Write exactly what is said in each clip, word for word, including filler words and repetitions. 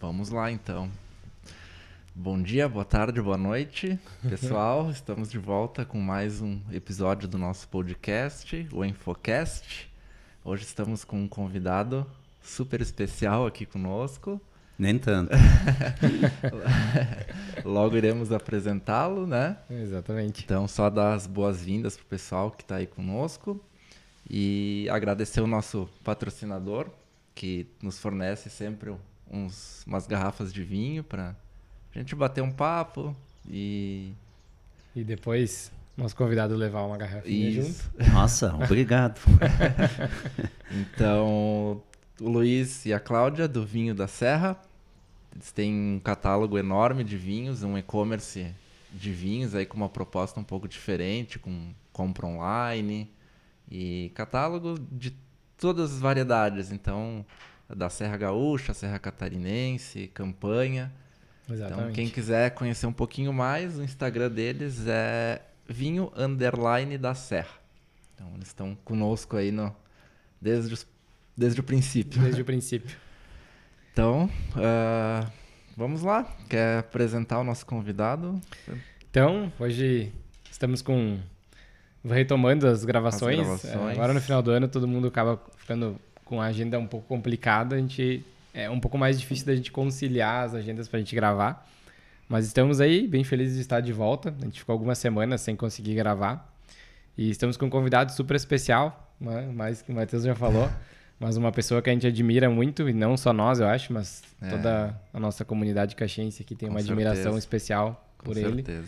Vamos lá, então. Bom dia, boa tarde, boa noite, pessoal. Estamos de volta com mais um episódio do nosso podcast, o Infocast. Hoje estamos com um convidado super especial aqui conosco. Nem tanto. Logo iremos apresentá-lo, né? Exatamente. Então, só dar as boas-vindas pro pessoal que está aí conosco e agradecer o nosso patrocinador, que nos fornece sempre uns, umas garrafas de vinho para a gente bater um papo e... E depois, nosso convidado levar uma garrafinha Isso. junto. Nossa, obrigado. Então, o Luiz e a Cláudia, do Vinho da Serra, eles têm um catálogo enorme de vinhos, um e-commerce de vinhos aí com uma proposta um pouco diferente, com compra online e catálogo de todas as variedades. Então, da Serra Gaúcha, Serra Catarinense, Campanha. Exatamente. Então, quem quiser conhecer um pouquinho mais, o Instagram deles é vinho underline da Serra. Então, eles estão conosco aí no, desde, os, desde o princípio. Desde o princípio. Então, uh, vamos lá. Quer apresentar o nosso convidado? Então, hoje estamos com... retomando as gravações. As gravações. Agora no final do ano todo mundo acaba ficando com a agenda um pouco complicada. A gente... É um pouco mais difícil da gente conciliar as agendas pra gente gravar. Mas estamos aí, bem felizes de estar de volta. A gente ficou algumas semanas sem conseguir gravar. E estamos com um convidado super especial, né? Mais que o Matheus já falou. Mas uma pessoa que a gente admira muito, e não só nós, eu acho, mas É. toda a nossa comunidade caxiense aqui tem Com uma admiração certeza. especial Com por ele. certeza.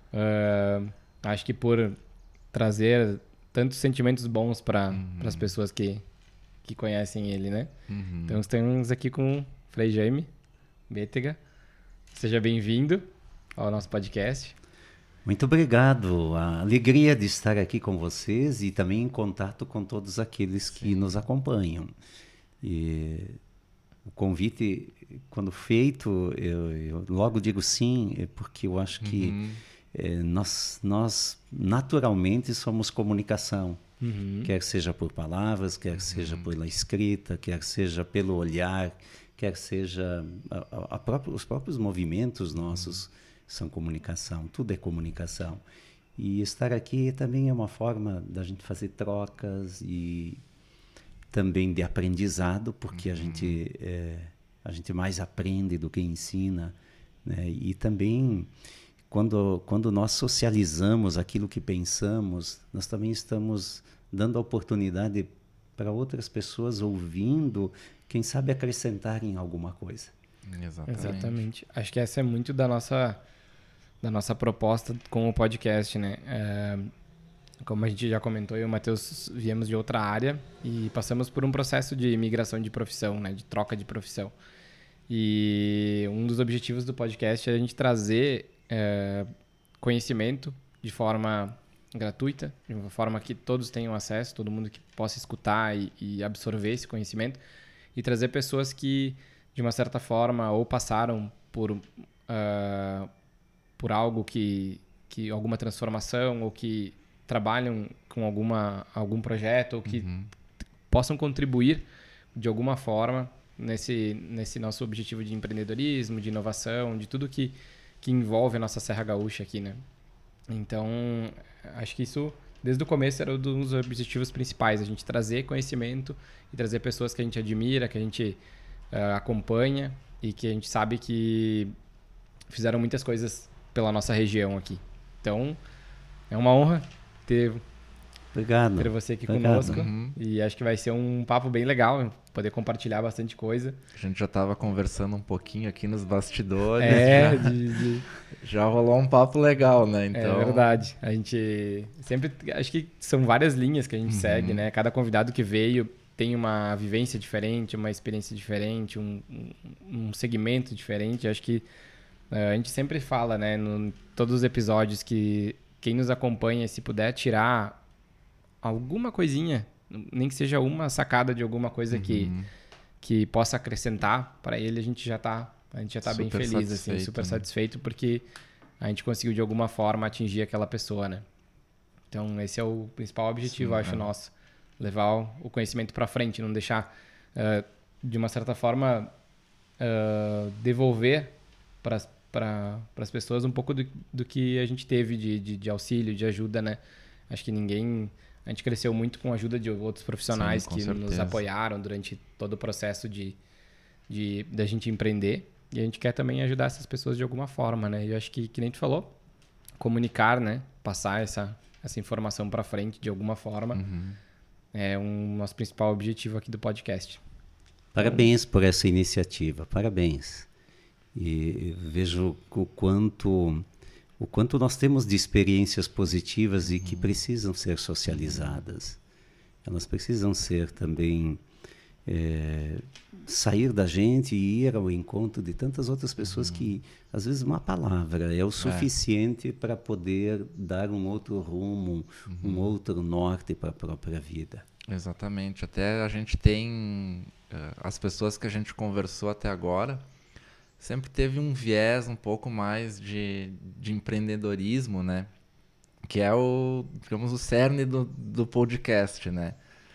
Uh, acho que por trazer tantos sentimentos bons para Uhum. as pessoas que, que conhecem ele, né? Uhum. Então estamos aqui com o Frei Jaime Bétega. Seja bem-vindo ao nosso podcast. Muito obrigado. A alegria de estar aqui com vocês e também em contato com todos aqueles que nos acompanham. E o convite, quando feito, eu, eu logo digo sim, é porque eu acho que Uhum. é, nós, nós naturalmente somos comunicação. Uhum. Quer seja por palavras, quer seja pela escrita, quer seja pelo olhar, quer seja a, a própria, os próprios movimentos nossos são comunicação, tudo é comunicação. E estar aqui também é uma forma da gente fazer trocas e também de aprendizado, porque a gente é, a gente mais aprende do que ensina, né? E também Quando, quando nós socializamos aquilo que pensamos, nós também estamos dando a oportunidade para outras pessoas ouvindo, quem sabe acrescentar em alguma coisa. Exatamente. Exatamente. Acho que essa é muito da nossa, da nossa proposta com o podcast, né? É, como a gente já comentou, eu e o Matheus viemos de outra área e passamos por um processo de migração de profissão, né? De troca de profissão. E um dos objetivos do podcast é a gente trazer é, conhecimento de forma gratuita, de uma forma que todos tenham acesso, todo mundo que possa escutar e, e absorver esse conhecimento, e trazer pessoas que, de uma certa forma, ou passaram por, uh, por algo que, que... alguma transformação, ou que trabalham com alguma, algum projeto, ou que Uhum. possam contribuir de alguma forma nesse, nesse nosso objetivo de empreendedorismo, de inovação, de tudo que, que envolve a nossa Serra Gaúcha aqui, né? Então, acho que isso, desde o começo, era um dos objetivos principais, a gente trazer conhecimento e trazer pessoas que a gente admira, que a gente uh, acompanha e que a gente sabe que fizeram muitas coisas pela nossa região aqui. Então, é uma honra ter, Obrigado. ter você aqui Obrigado. conosco. Uhum. E acho que vai ser um papo bem legal, poder compartilhar bastante coisa. A gente já estava conversando um pouquinho aqui nos bastidores. É, já, de, de, já rolou um papo legal, né? Então, é verdade. A gente sempre... Acho que são várias linhas que a gente Uhum. segue, né? Cada convidado que veio tem uma vivência diferente, uma experiência diferente, um, um, um segmento diferente. Acho que uh, a gente sempre fala, né? Em todos os episódios que quem nos acompanha, se puder tirar alguma coisinha, nem que seja uma sacada de alguma coisa Uhum. que, que possa acrescentar para ele, a gente já tá, a gente já tá bem Super feliz, assim, satisfeito, super né? satisfeito, porque a gente conseguiu de alguma forma atingir aquela pessoa, né? Então esse é o principal objetivo, Sim, acho, é. nosso. Levar o conhecimento para frente, não deixar, uh, de uma certa forma, uh, devolver para para as pessoas um pouco do, do que a gente teve de, de, de auxílio, de ajuda, né? Acho que ninguém... A gente cresceu muito com a ajuda de outros profissionais Sim, com que certeza. nos apoiaram durante todo o processo de, de da gente empreender. E a gente quer também ajudar essas pessoas de alguma forma, né? E eu acho que, que nem tu falou, comunicar, né? Passar essa, essa informação para frente de alguma forma Uhum. é um nosso principal objetivo aqui do podcast. Parabéns por essa iniciativa, parabéns. E vejo o quanto, o quanto nós temos de experiências positivas e que precisam ser socializadas. Elas precisam ser também, é, sair da gente e ir ao encontro de tantas outras pessoas que, às vezes, uma palavra é o suficiente é. para poder dar um outro rumo, uhum. um outro norte para a própria vida. Exatamente. Até a gente tem, as pessoas que a gente conversou até agora, sempre teve um viés um pouco mais de, de empreendedorismo, né? Que é o, digamos, o cerne do, do podcast, né?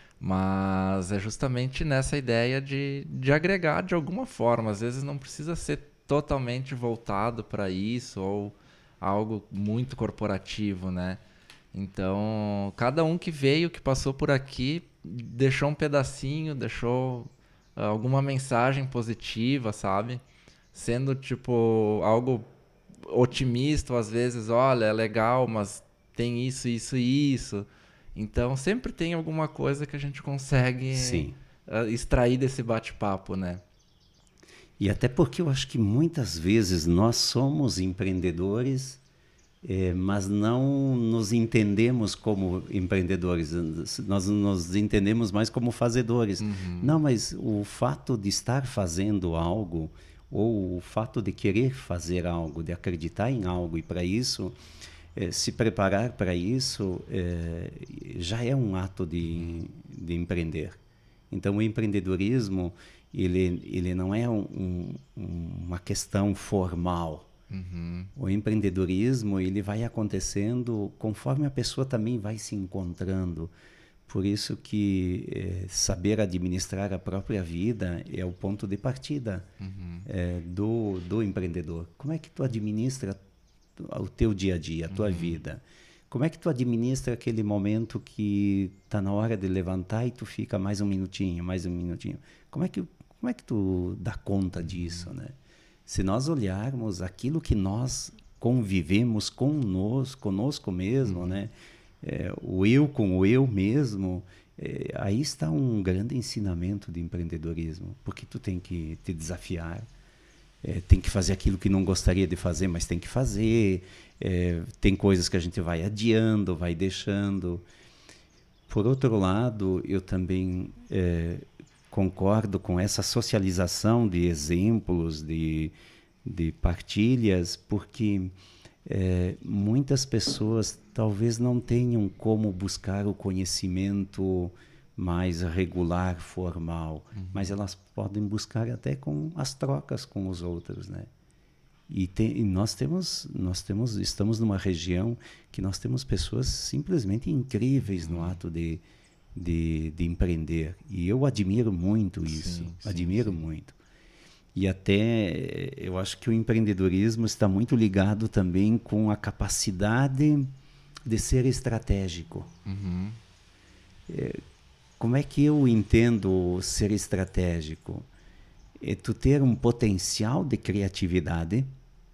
Mas é justamente nessa ideia de, de agregar de alguma forma. Às vezes não precisa ser totalmente voltado para isso ou algo muito corporativo, né? Então, cada um que veio, que passou por aqui, deixou um pedacinho, deixou uh, alguma mensagem positiva, sabe? Sendo, tipo, algo otimista, às vezes, olha, é legal, mas tem isso, isso e isso. Então, sempre tem alguma coisa que a gente consegue uh, extrair desse bate-papo, né? E até porque eu acho que muitas vezes nós somos empreendedores, é, mas não nos entendemos como empreendedores. Nós nos entendemos mais como fazedores. Uhum. Não, mas o fato de estar fazendo algo, ou o fato de querer fazer algo, de acreditar em algo, e para isso, é, se preparar para isso, é, já é um ato de, de empreender. Então, o empreendedorismo, ele, ele não é um, um, uma questão formal. Uhum. O empreendedorismo, ele vai acontecendo conforme a pessoa também vai se encontrando. Por isso que é, saber administrar a própria vida é o ponto de partida uhum. é, do, do empreendedor. Como é que tu administra o teu dia a dia, a tua uhum. vida? Como é que tu administra aquele momento que está na hora de levantar e tu fica mais um minutinho, mais um minutinho? Como é que, como é que tu dá conta disso, né? Se nós olharmos aquilo que nós convivemos conosco, conosco mesmo, uhum. né? É, o eu com o eu mesmo, é, aí está um grande ensinamento de empreendedorismo, porque tu tem que te desafiar, é, tem que fazer aquilo que não gostaria de fazer, mas tem que fazer, é, tem coisas que a gente vai adiando, vai deixando. Por outro lado, eu também é, concordo com essa socialização de exemplos, de, de partilhas, porque é, muitas pessoas talvez não tenham como buscar o conhecimento mais regular, formal, uhum. mas elas podem buscar até com as trocas com os outros, né? E, tem, e nós temos, nós temos, estamos numa região que nós temos pessoas simplesmente incríveis uhum. no ato de, de, de empreender. E eu admiro muito isso, sim, sim, admiro sim. muito. E até eu acho que o empreendedorismo está muito ligado também com a capacidade de ser estratégico. Uhum. É, como é que eu entendo ser estratégico? É tu ter um potencial de criatividade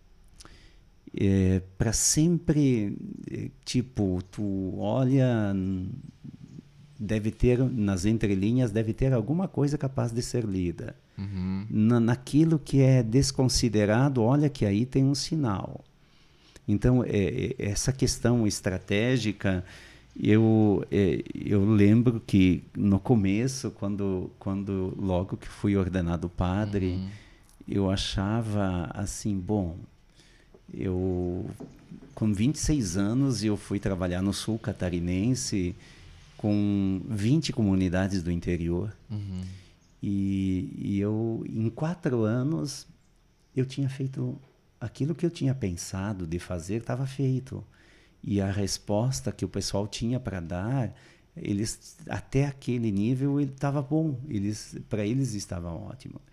é, para sempre, é, tipo, tu olha, deve ter, nas entrelinhas, deve ter alguma coisa capaz de ser lida. Uhum. Na, naquilo que é desconsiderado, olha que aí tem um sinal. Então, é, é, essa questão estratégica, eu, é, eu lembro que no começo, quando, quando logo que fui ordenado padre, uhum. eu achava assim, bom, eu com vinte e seis anos eu fui trabalhar no sul catarinense com vinte comunidades do interior. Uhum. E, e eu, em quatro anos, eu tinha feito aquilo que eu tinha pensado de fazer, estava feito. E a resposta que o pessoal tinha para dar, eles, até aquele nível, ele estava bom. Eles, para eles estava ótimo.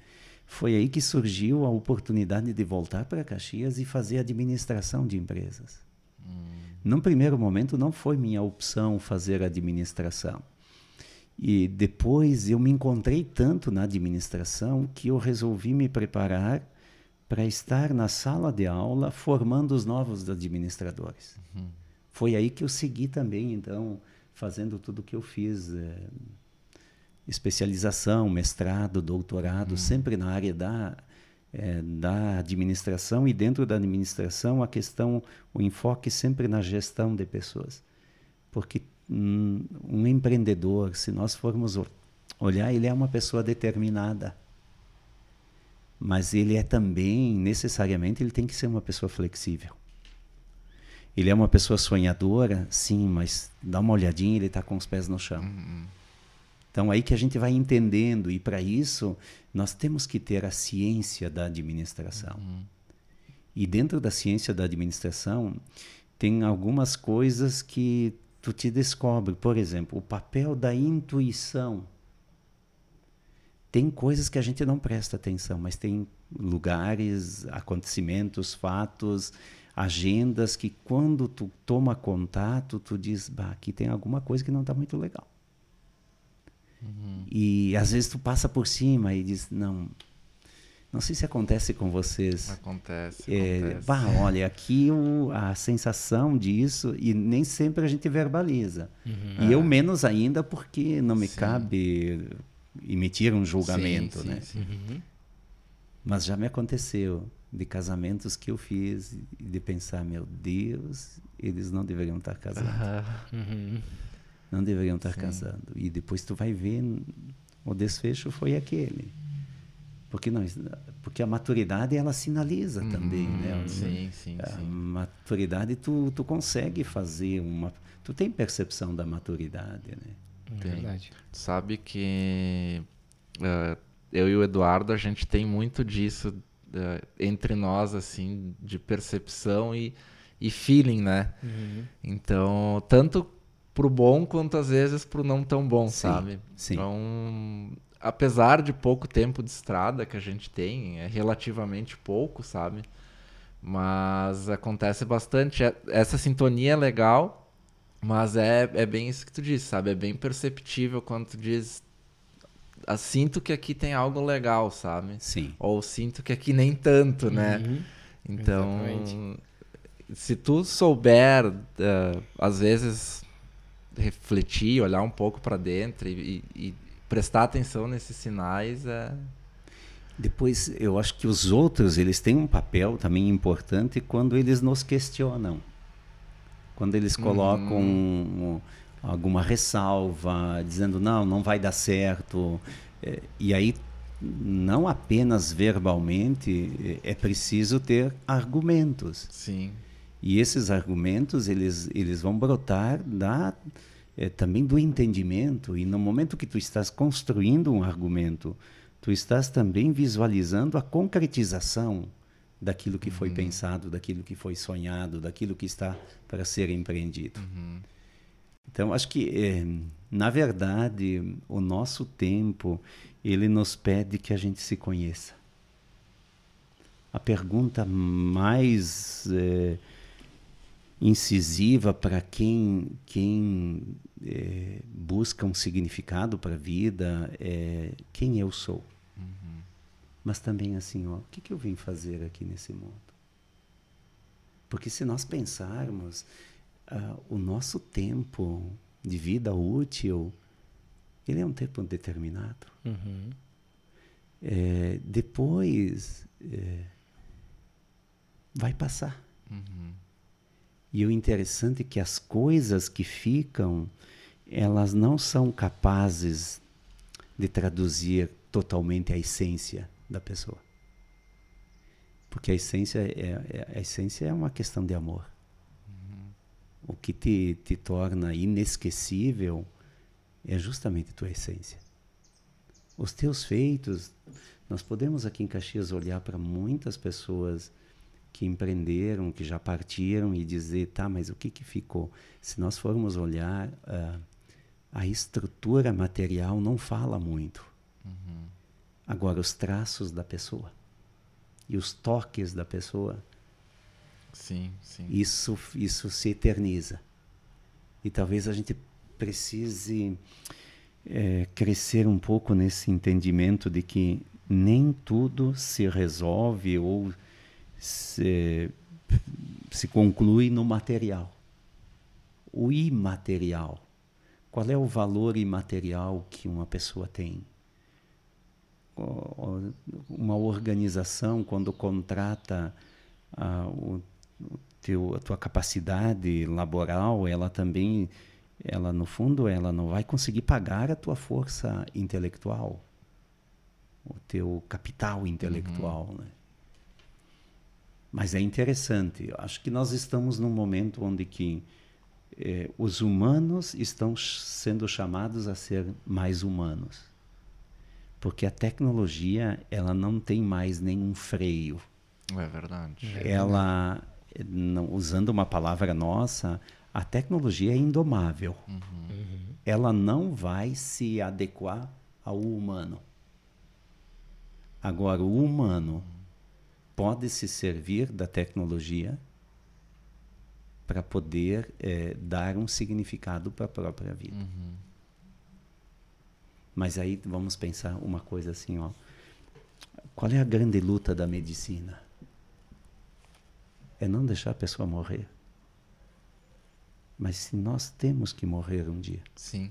foi aí que surgiu a oportunidade de voltar para Caxias e fazer administração de empresas. Hum. Num primeiro momento não foi minha opção fazer administração. E depois eu me encontrei tanto na administração que eu resolvi me preparar para estar na sala de aula formando os novos administradores. Uhum. Foi aí que eu segui também, então, fazendo tudo o que eu fiz. É, especialização, mestrado, doutorado, uhum. sempre na área da, é, da administração, e dentro da administração a questão, o enfoque sempre na gestão de pessoas. Porque hum, um empreendedor, se nós formos olhar, ele é uma pessoa determinada. Mas ele é também, necessariamente, ele tem que ser uma pessoa flexível. Ele é uma pessoa sonhadora, sim, mas dá uma olhadinha, ele está com os pés no chão. Uhum. Então, aí que a gente vai entendendo, e para isso, nós temos que ter a ciência da administração. Uhum. E dentro da ciência da administração, tem algumas coisas que tu te descobre. Por exemplo, o papel da intuição. Tem coisas que a gente não presta atenção, mas tem lugares, acontecimentos, fatos, agendas que quando tu toma contato, tu diz, bah, aqui tem alguma coisa que não está muito legal. Uhum. E às vezes tu passa por cima e diz, não, não sei se acontece com vocês. Acontece, é, acontece. Bah, olha, aqui o, a sensação disso, e nem sempre a gente verbaliza. Uhum. E é. eu menos ainda, porque não me Sim. cabe emitir um julgamento, sim, né? Sim, sim. Uhum. Mas já me aconteceu de casamentos que eu fiz e de pensar, meu Deus, eles não deveriam estar casando. Uhum. Não deveriam estar sim. casando. E depois tu vai ver, o desfecho foi aquele. Porque, não, porque a maturidade, ela sinaliza uhum. também, né? Sim, sim, a sim. maturidade, tu, tu consegue fazer uma... Tu tem percepção da maturidade, né? É verdade. Tu sabe que uh, eu e o Eduardo, a gente tem muito disso uh, entre nós, assim, de percepção e, e feeling, né? Uhum. Então, tanto pro bom quanto às vezes pro não tão bom, sim, sabe? Sim. Então, apesar de pouco tempo de estrada que a gente tem, é relativamente pouco, sabe? Mas acontece bastante. Essa sintonia é legal. Mas é, é bem isso que tu disse, sabe? É bem perceptível quando tu diz, ah, sinto que aqui tem algo legal, sabe? Sim. Ou sinto que aqui nem tanto, né? Uhum. Então, Exatamente. Se tu souber, uh, às vezes, refletir, olhar um pouco para dentro e, e, e prestar atenção nesses sinais, é... Depois, eu acho que os outros, eles têm um papel também importante quando eles nos questionam. Quando eles colocam uhum. alguma ressalva, dizendo, não, não vai dar certo. É, e aí, não apenas verbalmente, é preciso ter argumentos. Sim. E esses argumentos, eles, eles vão brotar da, é, também do entendimento. E no momento que tu estás construindo um argumento, tu estás também visualizando a concretização daquilo que foi uhum. pensado, daquilo que foi sonhado, daquilo que está para ser empreendido. Uhum. Então, acho que, é, na verdade, o nosso tempo, ele nos pede que a gente se conheça. A pergunta mais é, incisiva para quem, quem é, busca um significado para a vida é quem eu sou. Mas também assim, ó, o que, que eu vim fazer aqui nesse mundo? Porque se nós pensarmos, uh, o nosso tempo de vida útil, ele é um tempo determinado. Uhum. É, depois, é, vai passar. Uhum. E o interessante é que as coisas que ficam, elas não são capazes de traduzir totalmente a essência da pessoa. Porque a essência é, é, a essência é uma questão de amor. Uhum. O que te, te torna inesquecível é justamente a tua essência. Os teus feitos, nós podemos aqui em Caxias olhar para muitas pessoas que empreenderam, que já partiram e dizer, tá, mas o que, que ficou? Se nós formos olhar, uh, a estrutura material não fala muito. Uhum. Agora, os traços da pessoa e os toques da pessoa, sim, sim. Isso, isso se eterniza. E talvez a gente precise é, crescer um pouco nesse entendimento de que nem tudo se resolve ou se, se conclui no material. O imaterial. Qual é o valor imaterial que uma pessoa tem? Uma organização, quando contrata a, o, o teu, a tua capacidade laboral, ela também, ela no fundo, ela não vai conseguir pagar a tua força intelectual, o teu capital intelectual, uhum. né? Mas é interessante. Eu acho que nós estamos num momento onde que eh, os humanos estão sendo chamados a ser mais humanos. Porque a tecnologia, ela não tem mais nenhum freio. É verdade. Ela, não, usando uma palavra nossa, a tecnologia é indomável. Uhum. Uhum. Ela não vai se adequar ao humano. Agora, o humano pode se servir da tecnologia para poder é, dar um significado para a própria vida. Uhum. Mas aí vamos pensar uma coisa assim, ó. Qual é a grande luta da medicina? É não deixar a pessoa morrer. Mas se nós temos que morrer um dia. Sim.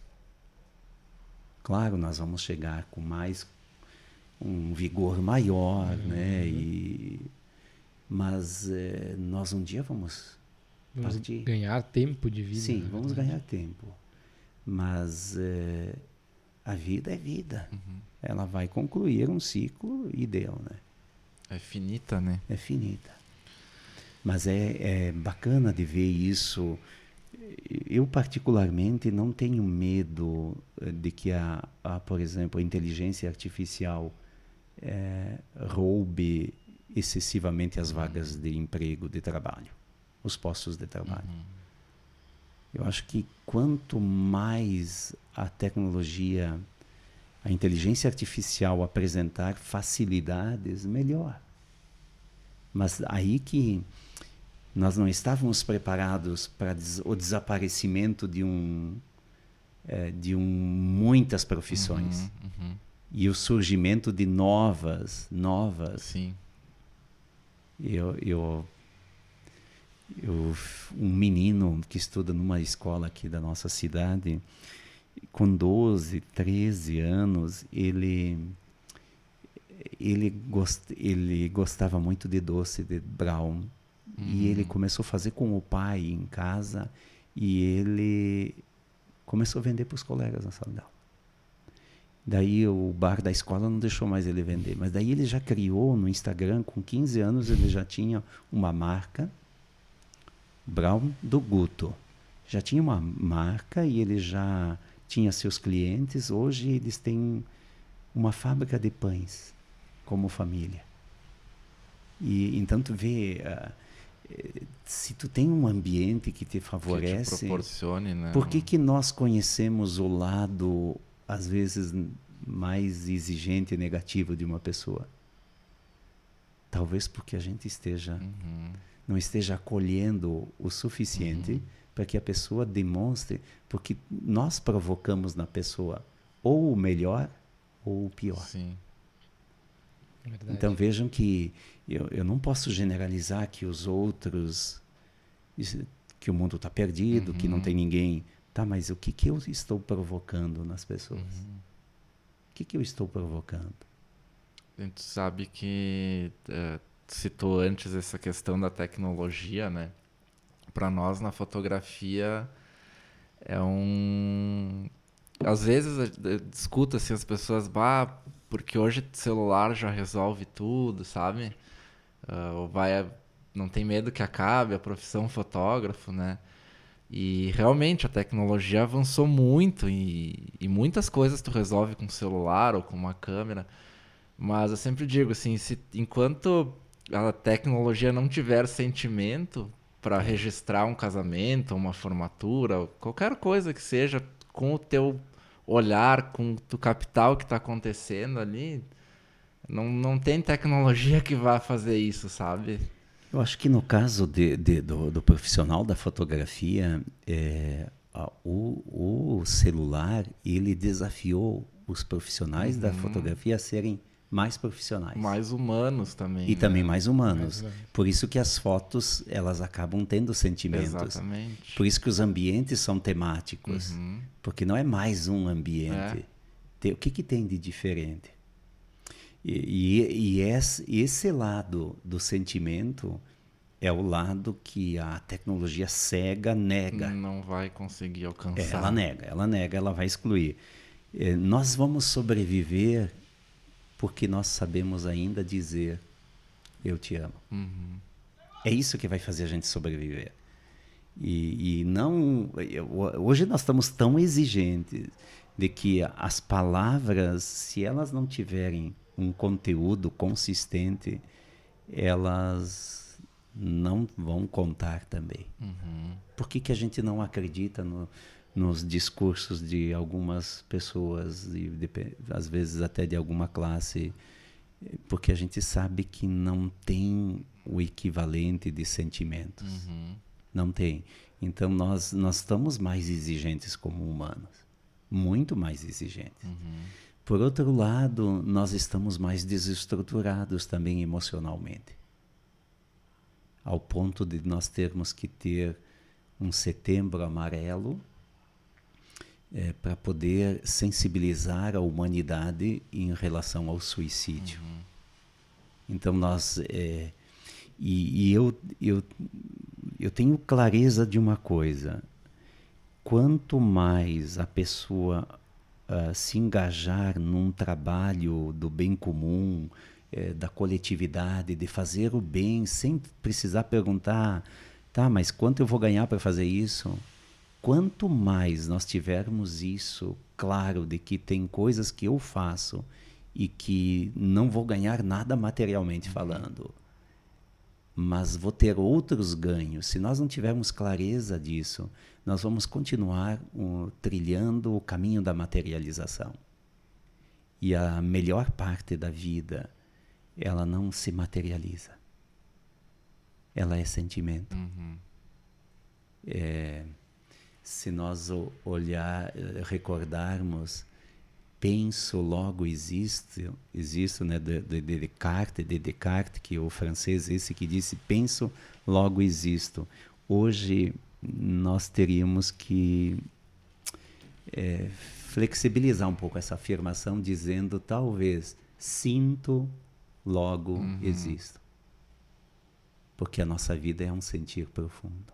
Claro, nós vamos chegar com mais um vigor maior, uhum. né? E, mas é, nós um dia vamos, vamos partir. ganhar tempo de vida. Sim, vamos ganhar tempo. Mas é, a vida é vida. Uhum. Ela vai concluir um ciclo e deu, né? É finita, né? É finita. Mas é, é bacana de ver isso. Eu, particularmente, não tenho medo de que, a, a, por exemplo, a inteligência artificial é, roube excessivamente as vagas de emprego, de trabalho, os postos de trabalho. Uhum. Eu acho que quanto mais a tecnologia, a inteligência artificial apresentar facilidades, melhor. Mas aí que nós não estávamos preparados para des- o desaparecimento de um é, de um, muitas profissões uhum, uhum. e o surgimento de novas, novas. Sim. Eu, eu, eu, um menino que estuda numa escola aqui da nossa cidade, com doze, treze anos, ele ele, gost, ele gostava muito de doce de Brown. Uhum. E ele começou a fazer com o pai em casa e ele começou a vender para os colegas na sala de aula. Daí o bar da escola não deixou mais ele vender, mas daí ele já criou no Instagram, com quinze anos ele já tinha uma marca, Brown do Guto. Já tinha uma marca e ele já tinha seus clientes. Hoje eles têm uma fábrica de pães como família. E então tu vê... Uh, se tu tem um ambiente que te favorece, que te proporcione, né? Por que que nós conhecemos o lado, às vezes, mais exigente e negativo de uma pessoa? Talvez porque a gente esteja, uhum. não esteja acolhendo o suficiente uhum. para que a pessoa demonstre, porque nós provocamos na pessoa ou o melhor ou o pior. Sim. Verdade. Então vejam que eu, eu não posso generalizar que os outros, que o mundo está perdido, uhum. que não tem ninguém. Tá, mas o que, que eu estou provocando nas pessoas? Uhum. O que, que eu estou provocando? A gente sabe que uh, citou antes essa questão da tecnologia, né? Para nós na fotografia é um... Às vezes discuta-se as pessoas, bah, porque hoje o celular já resolve tudo, sabe? Uh, vai, não tem medo que acabe a profissão fotógrafo, né? E realmente a tecnologia avançou muito e, e muitas coisas tu resolve com o celular ou com uma câmera. Mas eu sempre digo assim, se, enquanto a tecnologia não tiver sentimento para registrar um casamento, uma formatura, qualquer coisa que seja com o teu olhar, com tu captar o que está acontecendo ali, não, não tem tecnologia que vá fazer isso, sabe? Eu acho que no caso de, de, do, do profissional da fotografia, é, a, o, o celular, ele desafiou os profissionais uhum. da fotografia a serem mais profissionais. Mais humanos também. E né? também mais humanos. Mais Por isso que as fotos, elas acabam tendo sentimentos. Exatamente. Por isso que os ambientes são temáticos. Uhum. Porque não é mais um ambiente. É. Tem, o que, que tem de diferente? E, e, e esse, esse lado do sentimento é o lado que a tecnologia cega nega. Não vai conseguir alcançar. É, ela nega, ela nega, ela vai excluir. É, nós vamos sobreviver porque nós sabemos ainda dizer eu te amo. Uhum. É isso que vai fazer a gente sobreviver. E, e não... Hoje nós estamos tão exigentes de que as palavras, se elas não tiverem um conteúdo consistente, elas não vão contar também. Uhum. Por que, que a gente não acredita no, nos discursos de algumas pessoas, e de, às vezes até de alguma classe? Porque a gente sabe que não tem o equivalente de sentimentos. Uhum. Não tem. Então nós, nós estamos mais exigentes como humanos. Muito mais exigentes. Uhum. Por outro lado, nós estamos mais desestruturados também emocionalmente. Ao ponto de nós termos que ter um setembro amarelo é, para poder sensibilizar a humanidade em relação ao suicídio. Uhum. Então nós... É, e e eu, eu, eu tenho clareza de uma coisa. Quanto mais a pessoa... Uh, se engajar num trabalho do bem comum, eh, da coletividade, de fazer o bem, sem precisar perguntar, tá, mas quanto eu vou ganhar para fazer isso? Quanto mais nós tivermos isso claro, de que tem coisas que eu faço e que não vou ganhar nada materialmente uhum. falando, mas vou ter outros ganhos. Se nós não tivermos clareza disso, nós vamos continuar uh, trilhando o caminho da materialização. E a melhor parte da vida, ela não se materializa. Ela é sentimento. Uhum. É, se nós olhar, recordarmos, penso, logo existo, existo, né, de, de, de Descartes, de Descartes, que é o francês esse que disse, penso, logo existo. Hoje nós teríamos que é, flexibilizar um pouco essa afirmação, dizendo talvez sinto, logo uhum. existo. Porque a nossa vida é um sentir profundo.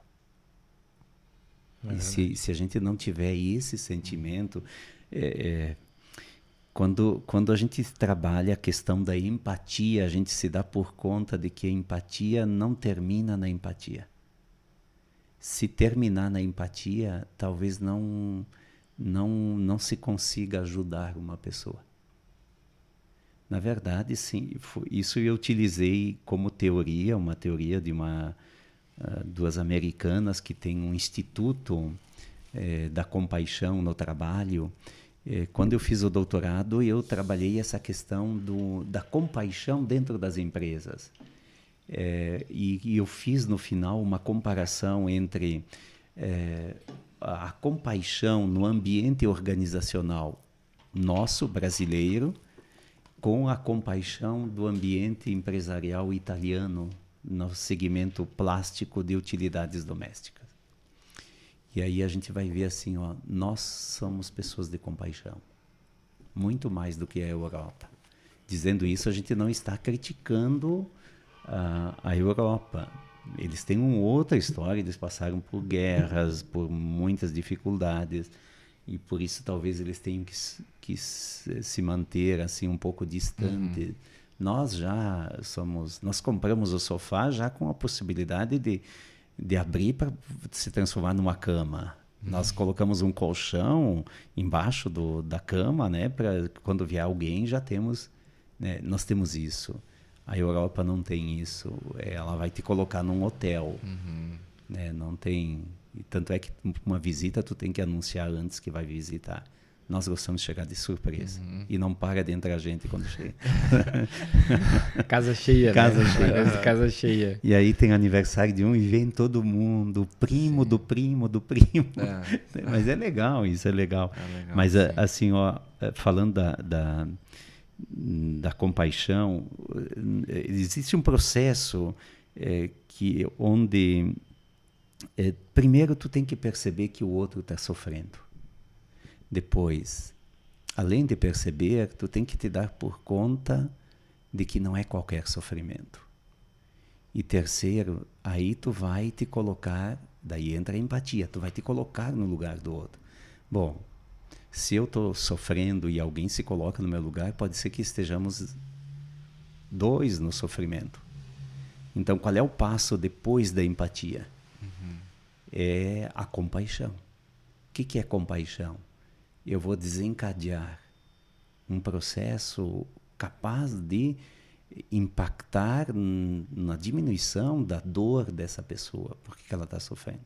É e se, se a gente não tiver esse sentimento, é, é, quando, quando a gente trabalha a questão da empatia, a gente se dá por conta de que a empatia não termina na empatia. Se terminar na empatia, talvez não, não, não se consiga ajudar uma pessoa. Na verdade, sim, isso eu utilizei como teoria, uma teoria de uma, uh, duas americanas que têm um instituto eh, da compaixão no trabalho. Eh, quando eu fiz o doutorado, eu trabalhei essa questão do, da compaixão dentro das empresas. É, e, e eu fiz no final uma comparação entre é, a, a compaixão no ambiente organizacional nosso, brasileiro, com a compaixão do ambiente empresarial italiano no segmento plástico de utilidades domésticas. E aí a gente vai ver assim, ó, nós somos pessoas de compaixão, muito mais do que a Europa. Dizendo isso, a gente não está criticando A, a Europa. Eles têm uma outra história, eles passaram por guerras, por muitas dificuldades, e por isso talvez eles tenham que, que se manter assim um pouco distante. Uhum. Nós já somos, nós compramos o sofá já com a possibilidade de, de abrir para se transformar numa cama. Uhum. Nós colocamos um colchão embaixo do, da cama, né, para quando vier alguém já temos, né, nós temos isso. A Europa não tem isso. Ela vai te colocar num hotel. Uhum. Né? Não tem... Tanto é que uma visita tu tem que anunciar antes que vai visitar. Nós gostamos de chegar de surpresa. Uhum. E não para de entrar gente quando chega. Casa cheia, casa né? cheia. Casa cheia. E aí tem aniversário de um e vem todo mundo, o primo sim. do primo do primo. É. Mas é legal, isso é legal. É legal Mas sim. assim, ó, falando da, da, da compaixão, existe um processo é, que, onde é, primeiro tu tem que perceber que o outro está sofrendo. Depois, além de perceber, tu tem que te dar por conta de que não é qualquer sofrimento. E terceiro, aí tu vai te colocar, daí entra a empatia, tu vai te colocar no lugar do outro. Bom, se eu estou sofrendo e alguém se coloca no meu lugar, pode ser que estejamos dois no sofrimento. Então, qual é o passo depois da empatia? Uhum. É a compaixão. O que, que é compaixão? Eu vou desencadear um processo capaz de impactar na diminuição da dor dessa pessoa, porque ela está sofrendo.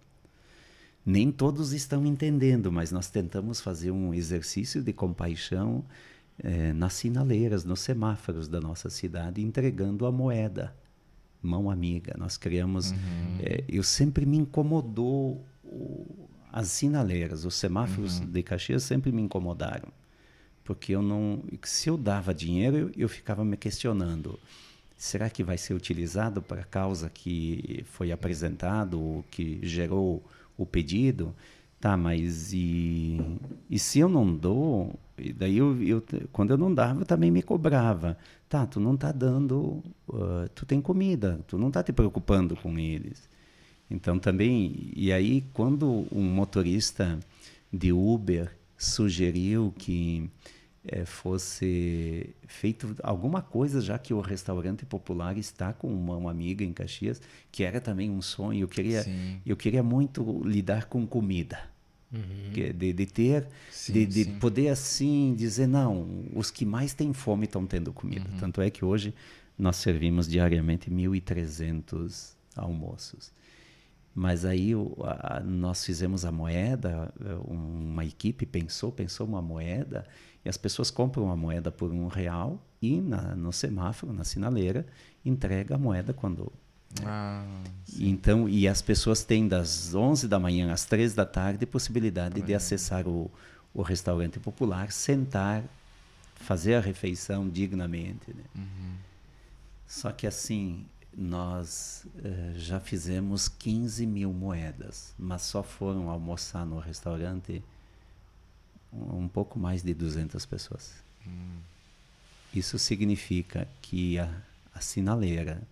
Nem todos estão entendendo, mas nós tentamos fazer um exercício de compaixão eh, nas sinaleiras, nos semáforos da nossa cidade, entregando a moeda, mão amiga. Nós criamos... Uhum. Eh, eu sempre me incomodou... O, as sinaleiras, os semáforos uhum. de Caxias sempre me incomodaram, porque eu não, se eu dava dinheiro, eu, eu ficava me questionando, será que vai ser utilizado para a causa que foi apresentado, que gerou o pedido? Tá, mas e, e se eu não dou? E daí, eu, eu, quando eu não dava, eu também me cobrava. Tá, tu não está dando, uh, tu tem comida, tu não está te preocupando com eles. Então também, e aí quando um motorista de Uber sugeriu que é, fosse feito alguma coisa, já que o restaurante popular está com uma amiga em Caxias, que era também um sonho, eu queria, eu queria muito lidar com comida, uhum. de, de ter, sim, de, de poder assim dizer, não, os que mais têm fome estão tendo comida. Uhum. Tanto é que hoje nós servimos diariamente mil e trezentos almoços. Mas aí o, a, nós fizemos a moeda, uma equipe pensou, pensou uma moeda, e as pessoas compram a moeda por um real e na, no semáforo, na sinaleira, entrega a moeda quando... Ah, então, e as pessoas têm das onze da manhã às três da tarde possibilidade é. de acessar o, o restaurante popular, sentar, fazer a refeição dignamente. Né? Uhum. Só que assim... Nós uh, já fizemos quinze mil moedas, mas só foram almoçar no restaurante um, um pouco mais de duzentas pessoas. Hum. Isso significa que a, a sinaleira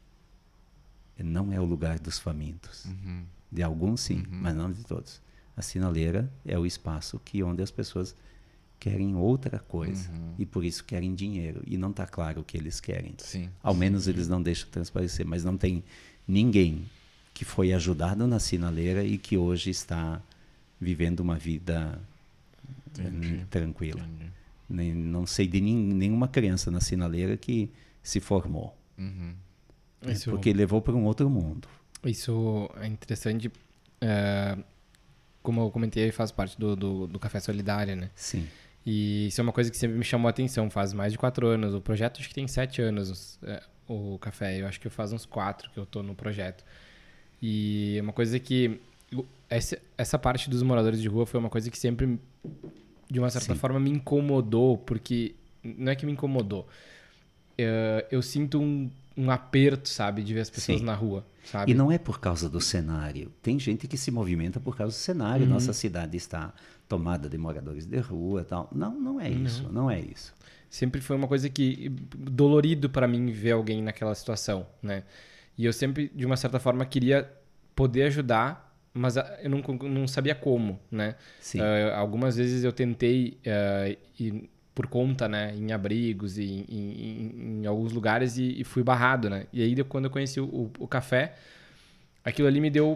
não é o lugar dos famintos. Uhum. De alguns sim, uhum. mas não de todos. A sinaleira é o espaço que, onde as pessoas querem outra coisa uhum. e por isso querem dinheiro e não está claro o que eles querem. Sim. Ao menos Sim. eles não deixam transparecer, mas não tem ninguém que foi ajudado na sinaleira e que hoje está vivendo uma vida Entendi. tranquila. Entendi. Nem, não sei de nin, nenhuma criança na sinaleira que se formou. Uhum. Isso, porque levou para um outro mundo. Isso é interessante. É, como eu comentei, faz parte do, do, do Café Solidário, né? Sim. E isso é uma coisa que sempre me chamou a atenção. Faz mais de quatro anos. O projeto acho que tem sete anos, é, o café. Eu acho que faz uns quatro que eu tô no projeto. E é uma coisa que... Essa, essa parte dos moradores de rua foi uma coisa que sempre, de uma certa Sim. forma, me incomodou. Porque... Não é que me incomodou. Eu, eu sinto um, um aperto, sabe? De ver as pessoas Sim. na rua, sabe? E não é por causa do cenário. Tem gente que se movimenta por causa do cenário. Uhum. Nossa cidade está... tomada de moradores de rua e tal. Não, não é não. isso, não é isso. Sempre foi uma coisa que... dolorido para mim ver alguém naquela situação, né? E eu sempre, de uma certa forma, queria poder ajudar, mas eu não, não sabia como, né? Sim. Uh, algumas vezes eu tentei, uh, ir por conta, né? Em abrigos e em, em, em alguns lugares e, e fui barrado, né? E aí, quando eu conheci o, o, o café, aquilo ali me deu...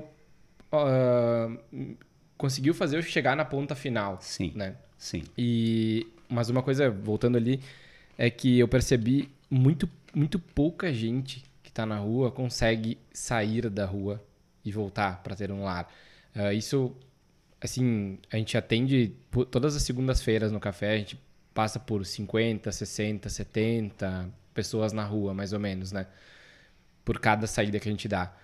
Uh, conseguiu fazer eu chegar na ponta final. Sim, né? sim. E, mas uma coisa, voltando ali, é que eu percebi muito, muito pouca gente que está na rua consegue sair da rua e voltar para ter um lar. Uh, isso assim, a gente atende todas as segundas-feiras no café, a gente passa por cinquenta, sessenta, setenta pessoas na rua, mais ou menos, né? Por cada saída que a gente dá.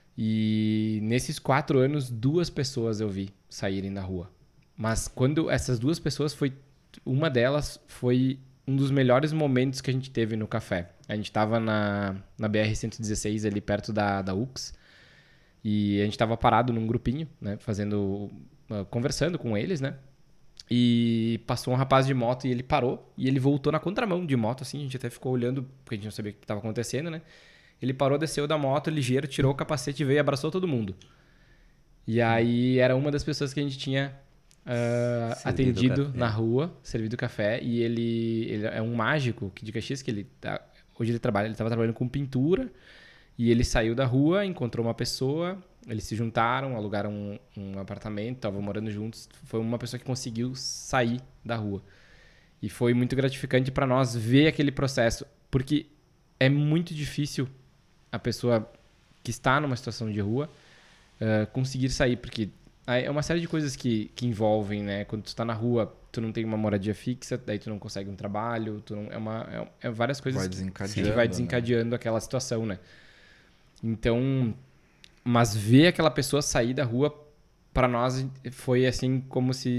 E nesses quatro anos, duas pessoas eu vi saírem da rua. Mas quando essas duas pessoas, foi uma delas foi um dos melhores momentos que a gente teve no café. A gente estava na, na B R cento e dezesseis, ali perto da, da U X, e a gente estava parado num grupinho, né? Fazendo, uh, conversando com eles, né? E passou um rapaz de moto e ele parou. E ele voltou na contramão de moto, assim. A gente até ficou olhando, porque a gente não sabia o que estava acontecendo, né? Ele parou, desceu da moto, ligeiro, tirou o capacete, veio e abraçou todo mundo. E aí era uma das pessoas que a gente tinha uh, atendido na rua, servido café. E ele, ele é um mágico de Caxias, que ele tá, hoje ele trabalha, ele estava trabalhando com pintura. E ele saiu da rua, encontrou uma pessoa... Eles se juntaram, alugaram um, um apartamento, estavam morando juntos. Foi uma pessoa que conseguiu sair da rua. E foi muito gratificante para nós ver aquele processo. Porque é muito difícil a pessoa que está numa situação de rua uh, conseguir sair. Porque é uma série de coisas que, que envolvem, né? Quando tu está na rua, tu não tem uma moradia fixa, daí tu não consegue um trabalho. Tu não, é, uma, é, é várias coisas vai que, que vai desencadeando, né? Aquela situação, né? Então... Mas ver aquela pessoa sair da rua, para nós, foi assim como se...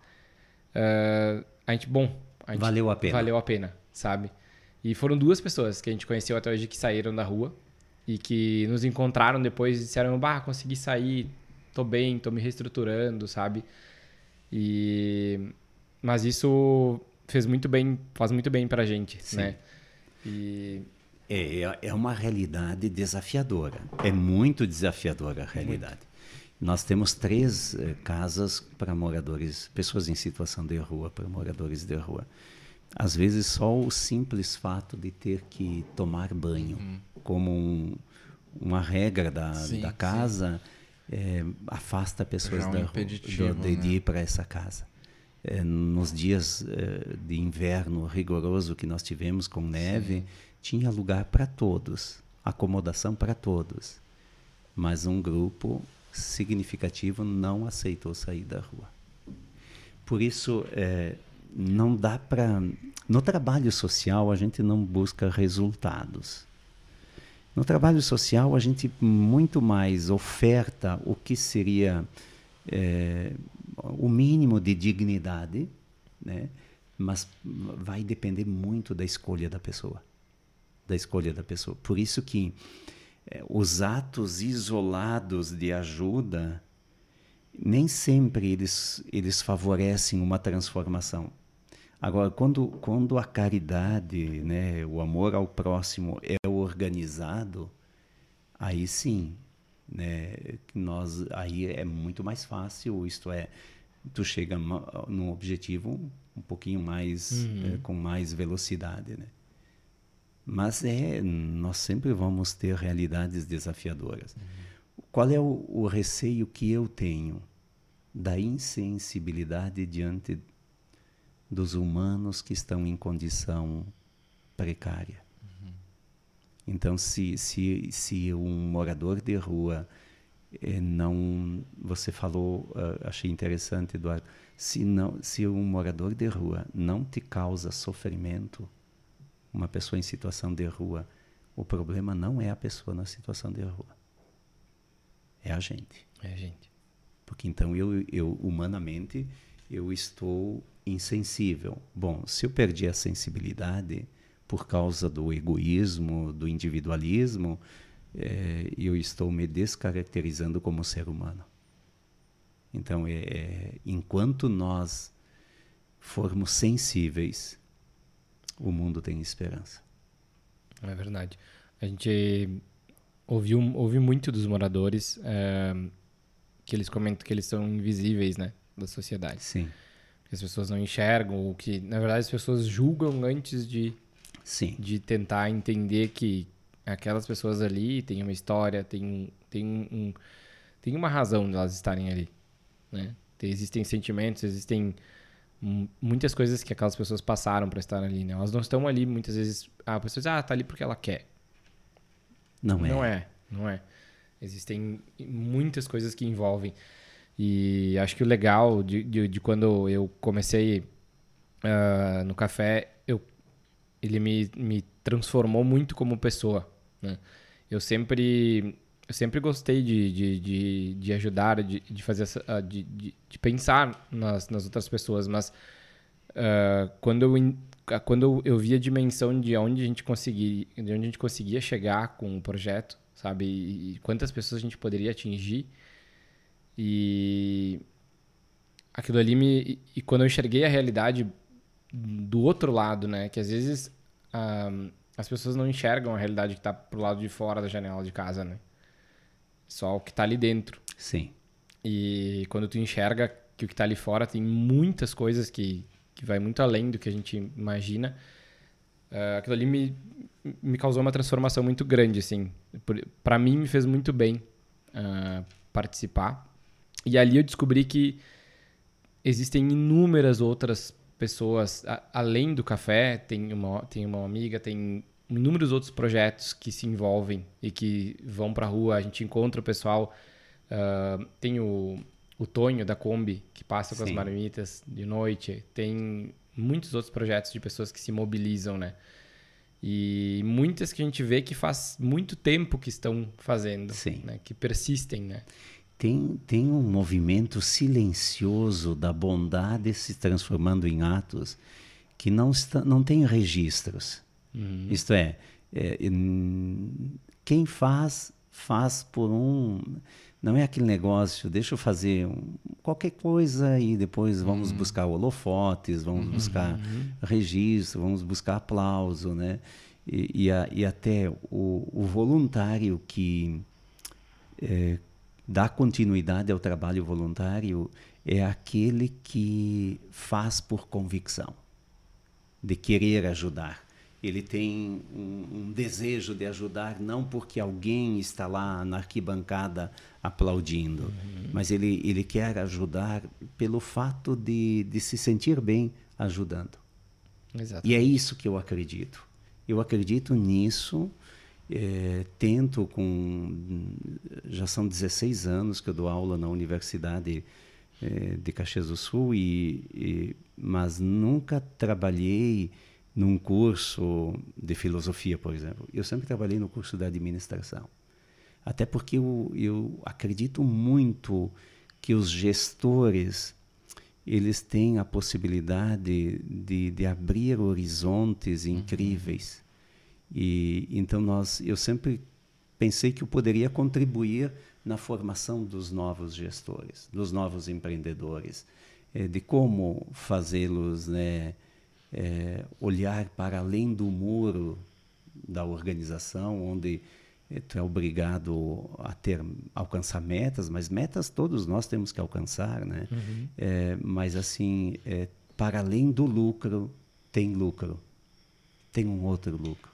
Uh, a gente, bom... A gente, valeu a pena. Valeu a pena, sabe? E foram duas pessoas que a gente conheceu até hoje que saíram da rua e que nos encontraram depois e disseram, bah, consegui sair, tô bem, tô me reestruturando, sabe? E... Mas isso fez muito bem, faz muito bem pra gente, Sim. né? E... É, é uma realidade desafiadora. É muito desafiadora a realidade. Muito. Nós temos três eh, casas para moradores, pessoas em situação de rua, para moradores de rua. Às vezes, só o simples fato de ter que tomar banho, uhum. como um, uma regra da, sim, da casa, é, afasta pessoas Já da um rua, de, né? de ir para essa casa. É, nos dias é, de inverno rigoroso que nós tivemos com neve, sim. tinha lugar para todos, acomodação para todos, mas um grupo significativo não aceitou sair da rua. Por isso, é, não dá para... No trabalho social, a gente não busca resultados. No trabalho social, a gente muito mais oferta o que seria é, o mínimo de dignidade, né? Mas vai depender muito da escolha da pessoa. Da escolha da pessoa. Por isso que é, os atos isolados de ajuda, nem sempre eles, eles favorecem uma transformação. Agora, quando, quando a caridade, né, o amor ao próximo é organizado, aí sim, né, nós, aí é muito mais fácil, isto é, tu chega num objetivo um pouquinho mais, uhum. é, com mais velocidade, né? Mas é, nós sempre vamos ter realidades desafiadoras. Uhum. Qual é o, o receio que eu tenho? Da insensibilidade diante dos humanos que estão em condição precária. Uhum. Então, se, se, se um morador de rua eh, não... Você falou, uh, achei interessante, Eduardo, se, não, se um morador de rua não te causa sofrimento, uma pessoa em situação de rua, o problema não é a pessoa na situação de rua. É a gente. É a gente. Porque então eu, eu humanamente, eu estou insensível. Bom, se eu perdi a sensibilidade por causa do egoísmo, do individualismo, é, eu estou me descaracterizando como ser humano. Então, é, é, enquanto nós formos sensíveis, o mundo tem esperança. É verdade. A gente ouviu, ouviu muito dos moradores é, que eles comentam que eles são invisíveis, né, da sociedade. Sim. Que as pessoas não enxergam, ou que, na verdade, as pessoas julgam antes de, Sim. de tentar entender que aquelas pessoas ali têm uma história, têm, têm, um, têm uma razão de elas estarem ali, né? Existem sentimentos, existem muitas coisas que aquelas pessoas passaram para estar ali, né? Elas não estão ali, muitas vezes... Ah, a pessoa diz, ah, tá ali porque ela quer. Não é. Não é, não é. Existem muitas coisas que envolvem. E acho que o legal de, de, de quando eu comecei uh, no café, eu, ele me, me transformou muito como pessoa, né? Eu sempre, eu sempre gostei de, de, de, de ajudar, de, de fazer essa, de, de, de pensar nas, nas outras pessoas, mas uh, quando, eu, quando eu vi a dimensão de onde a gente conseguia, de onde a gente conseguia chegar com o projeto, sabe, e, e quantas pessoas a gente poderia atingir, e aquilo ali me, e quando eu enxerguei a realidade do outro lado, né, que às vezes uh, as pessoas não enxergam a realidade que está pro lado de fora da janela de casa, né? Só o que está ali dentro. Sim. E quando tu enxerga que o que está ali fora tem muitas coisas que, que vai muito além do que a gente imagina, uh, aquilo ali me, me causou uma transformação muito grande, assim. Para mim, me fez muito bem uh, participar. E ali eu descobri que existem inúmeras outras pessoas, a, além do café, tem uma, tem uma amiga, tem inúmeros outros projetos que se envolvem e que vão para a rua, a gente encontra o pessoal, uh, tem o, o Tonho da Kombi, que passa com Sim. as marmitas de noite, tem muitos outros projetos de pessoas que se mobilizam, né? E muitas que a gente vê que faz muito tempo que estão fazendo, né? Que persistem, né? Tem, tem um movimento silencioso da bondade se transformando em atos que não, está, não tem registros. Uhum. Isto é, é, quem faz, faz por um... Não é aquele negócio, deixa eu fazer um, qualquer coisa e depois vamos uhum. buscar holofotes, vamos uhum. buscar registro, vamos buscar aplauso, né? E, e, a, e até o, o voluntário que... É, dá continuidade ao trabalho voluntário é aquele que faz por convicção, de querer ajudar. Ele tem um, um desejo de ajudar, não porque alguém está lá na arquibancada aplaudindo, uhum. mas ele, ele quer ajudar pelo fato de, de se sentir bem ajudando. Exatamente. E é isso que eu acredito. Eu acredito nisso. É, tento com... Já são dezesseis anos que eu dou aula na Universidade é, de Caxias do Sul, e, e, mas nunca trabalhei num curso de filosofia, por exemplo. Eu sempre trabalhei no curso de administração. Até porque eu, eu acredito muito que os gestores eles têm a possibilidade de, de abrir horizontes incríveis. Uhum. E então nós, eu sempre pensei que eu poderia contribuir na formação dos novos gestores, dos novos empreendedores, é, de como fazê-los, né, é, olhar para além do muro da organização, onde é, tu é obrigado a ter alcançar metas, mas metas todos nós temos que alcançar, né? Uhum. É, mas assim, é, para além do lucro tem lucro, tem um outro lucro.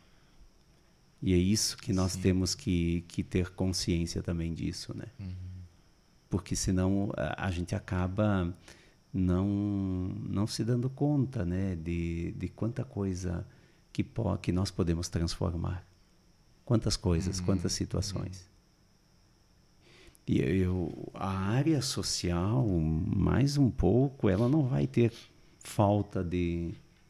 E é isso que nós Sim. temos que, que ter consciência também disso, né? Uhum. Porque senão a, a gente acaba não, não se dando conta, né? De, de quanta coisa que, po, que nós podemos transformar. Quantas coisas, uhum. quantas situações. Uhum. E eu, a área social, mais um pouco, ela não vai ter falta de,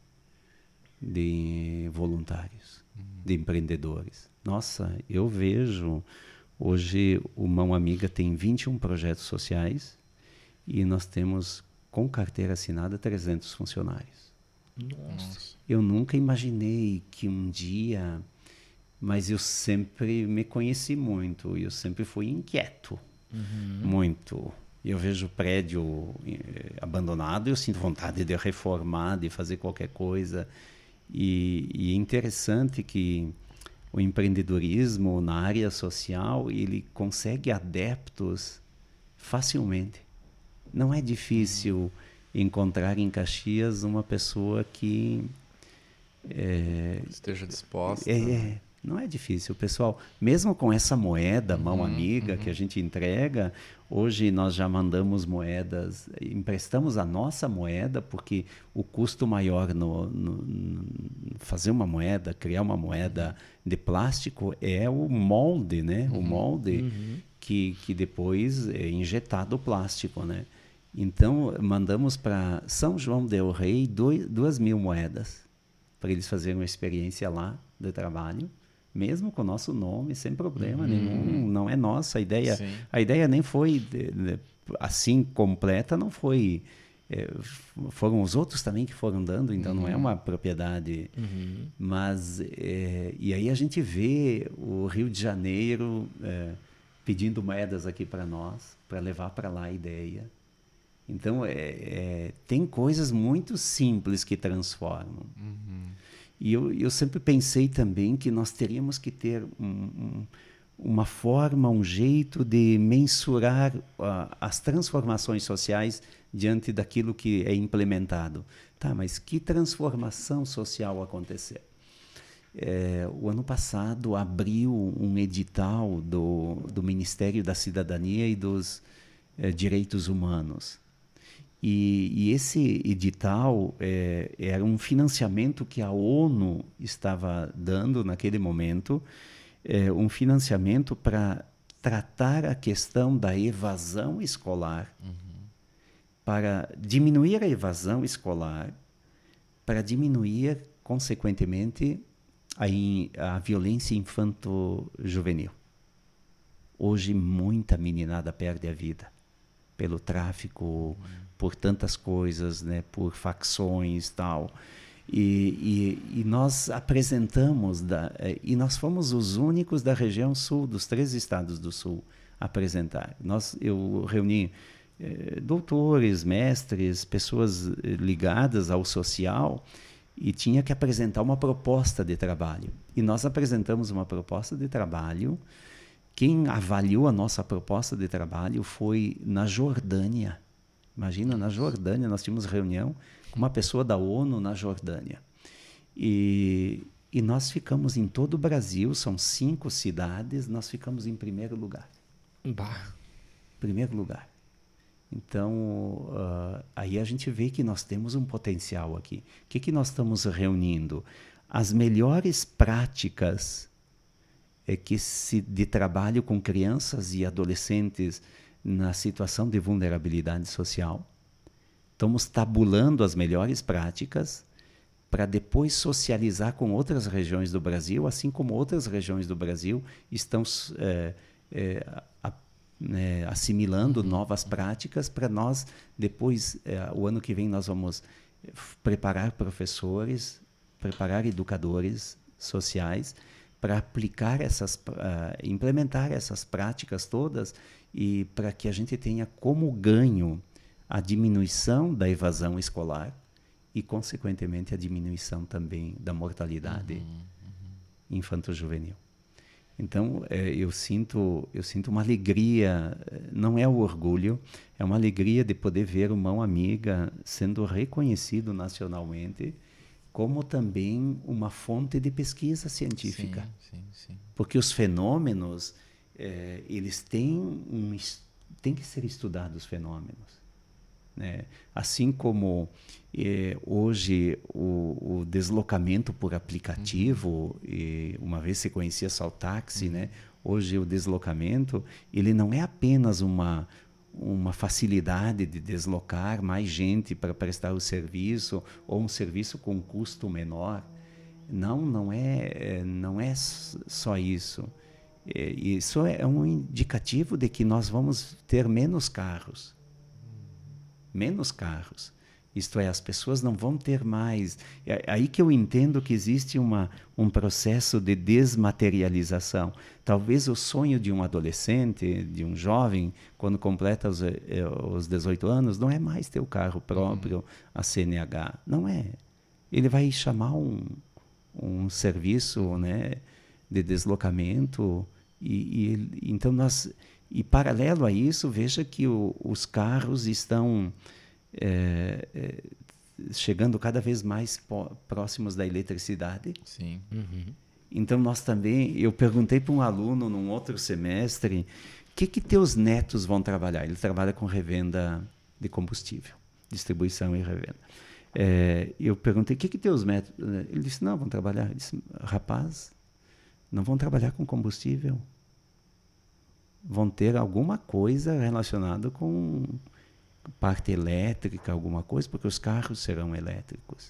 de voluntários. De empreendedores. Nossa, eu vejo hoje o Mão Amiga tem vinte e um projetos sociais e nós temos com carteira assinada trezentos funcionários. Nossa. Eu nunca imaginei que um dia, mas eu sempre me conheci muito, eu sempre fui inquieto, uhum. muito. Eu vejo prédio eh, abandonado, eu sinto vontade de reformar, de fazer qualquer coisa. E, e é interessante que o empreendedorismo na área social, ele consegue adeptos facilmente. Não é difícil uhum. encontrar em Caxias uma pessoa que... É, esteja disposta. É, é, não é difícil. O pessoal, mesmo com essa moeda, mão uhum, amiga, uhum. que a gente entrega, hoje nós já mandamos moedas, emprestamos a nossa moeda, porque o custo maior no, no, no fazer uma moeda, criar uma moeda de plástico é o molde, né? Uhum, o molde uhum. que, que depois é injetado o plástico, né? Então, mandamos para São João del Rei dois, duas mil moedas para eles fazerem uma experiência lá de trabalho, mesmo com o nosso nome, sem problema uhum. nenhum. Não é nossa a ideia. Sim. A ideia nem foi de, de, assim completa, não foi. É, foram os outros também que foram dando, então uhum. não é uma propriedade. Uhum. Mas, é, e aí a gente vê o Rio de Janeiro é, pedindo moedas aqui para nós, para levar para lá a ideia. Então, é, é, tem coisas muito simples que transformam. Uhum. E eu, eu sempre pensei também que nós teríamos que ter um, um, uma forma, um jeito de mensurar uh, as transformações sociais diante daquilo que é implementado. Tá, mas que transformação social aconteceu? É, o ano passado abriu um edital do, do Ministério da Cidadania e dos é, Direitos Humanos. E, e esse edital é, era um financiamento que a ONU estava dando naquele momento, é, um financiamento para tratar a questão da evasão escolar, uhum. para diminuir a evasão escolar, para diminuir, consequentemente, a, a violência infanto-juvenil. Hoje, muita meninada perde a vida pelo tráfico, uhum. por tantas coisas, né, por facções e tal. E, e, e nós apresentamos, da, e nós fomos os únicos da região sul, dos três estados do sul, a apresentar. Nós, eu reuni eh, doutores, mestres, pessoas ligadas ao social, e tinha que apresentar uma proposta de trabalho. E nós apresentamos uma proposta de trabalho. Quem avaliou a nossa proposta de trabalho foi na Jordânia. Imagina, na Jordânia, nós tínhamos reunião com uma pessoa da ONU na Jordânia. E, e nós ficamos em todo o Brasil, são cinco cidades, nós ficamos em primeiro lugar. Bah. Primeiro lugar. Então, uh, aí a gente vê que nós temos um potencial aqui. O que, que nós estamos reunindo? As melhores práticas é que se, de trabalho com crianças e adolescentes na situação de vulnerabilidade social. Estamos tabulando as melhores práticas para depois socializar com outras regiões do Brasil, assim como outras regiões do Brasil estão é, é, a, é, assimilando uhum. novas práticas para nós, depois, é, o ano que vem, nós vamos preparar professores, preparar educadores sociais para aplicar essas, uh, implementar essas práticas todas e para que a gente tenha como ganho a diminuição da evasão escolar e, consequentemente, a diminuição também da mortalidade uhum, uhum. infanto-juvenil. Então, é, eu sinto, eu sinto uma alegria, não é o orgulho, é uma alegria de poder ver o Mão Amiga sendo reconhecido nacionalmente como também uma fonte de pesquisa científica. Sim, sim, sim. Porque os fenômenos, é, eles têm, um, têm que ser estudados, os fenômenos. Né? Assim como é, hoje o, o deslocamento por aplicativo, uhum. e uma vez se conhecia só o táxi, uhum. né? Hoje o deslocamento, ele não é apenas uma... uma facilidade de deslocar mais gente para prestar o serviço ou um serviço com custo menor. Não, não é, não é só isso. Isso é um indicativo de que nós vamos ter menos carros. Menos carros. Isto é, as pessoas não vão ter mais... É aí que eu entendo que existe uma, um processo de desmaterialização. Talvez o sonho de um adolescente, de um jovem, quando completa os, os dezoito anos, não é mais ter o carro próprio, uhum. a C N H. Não é. Ele vai chamar um, um serviço, né, de deslocamento. E, e, então nós, e paralelo a isso, veja que o, os carros estão... É, é, chegando cada vez mais próximos da eletricidade. Sim. Uhum. Então nós também, eu perguntei para um aluno num outro semestre, o que que teus netos vão trabalhar? Ele trabalha com revenda de combustível, distribuição e revenda. É, eu perguntei, o que que teus netos? Ele disse, não, vão trabalhar. Eu disse, rapaz, não vão trabalhar com combustível. vão ter alguma coisa relacionada com parte elétrica, alguma coisa, porque os carros serão elétricos.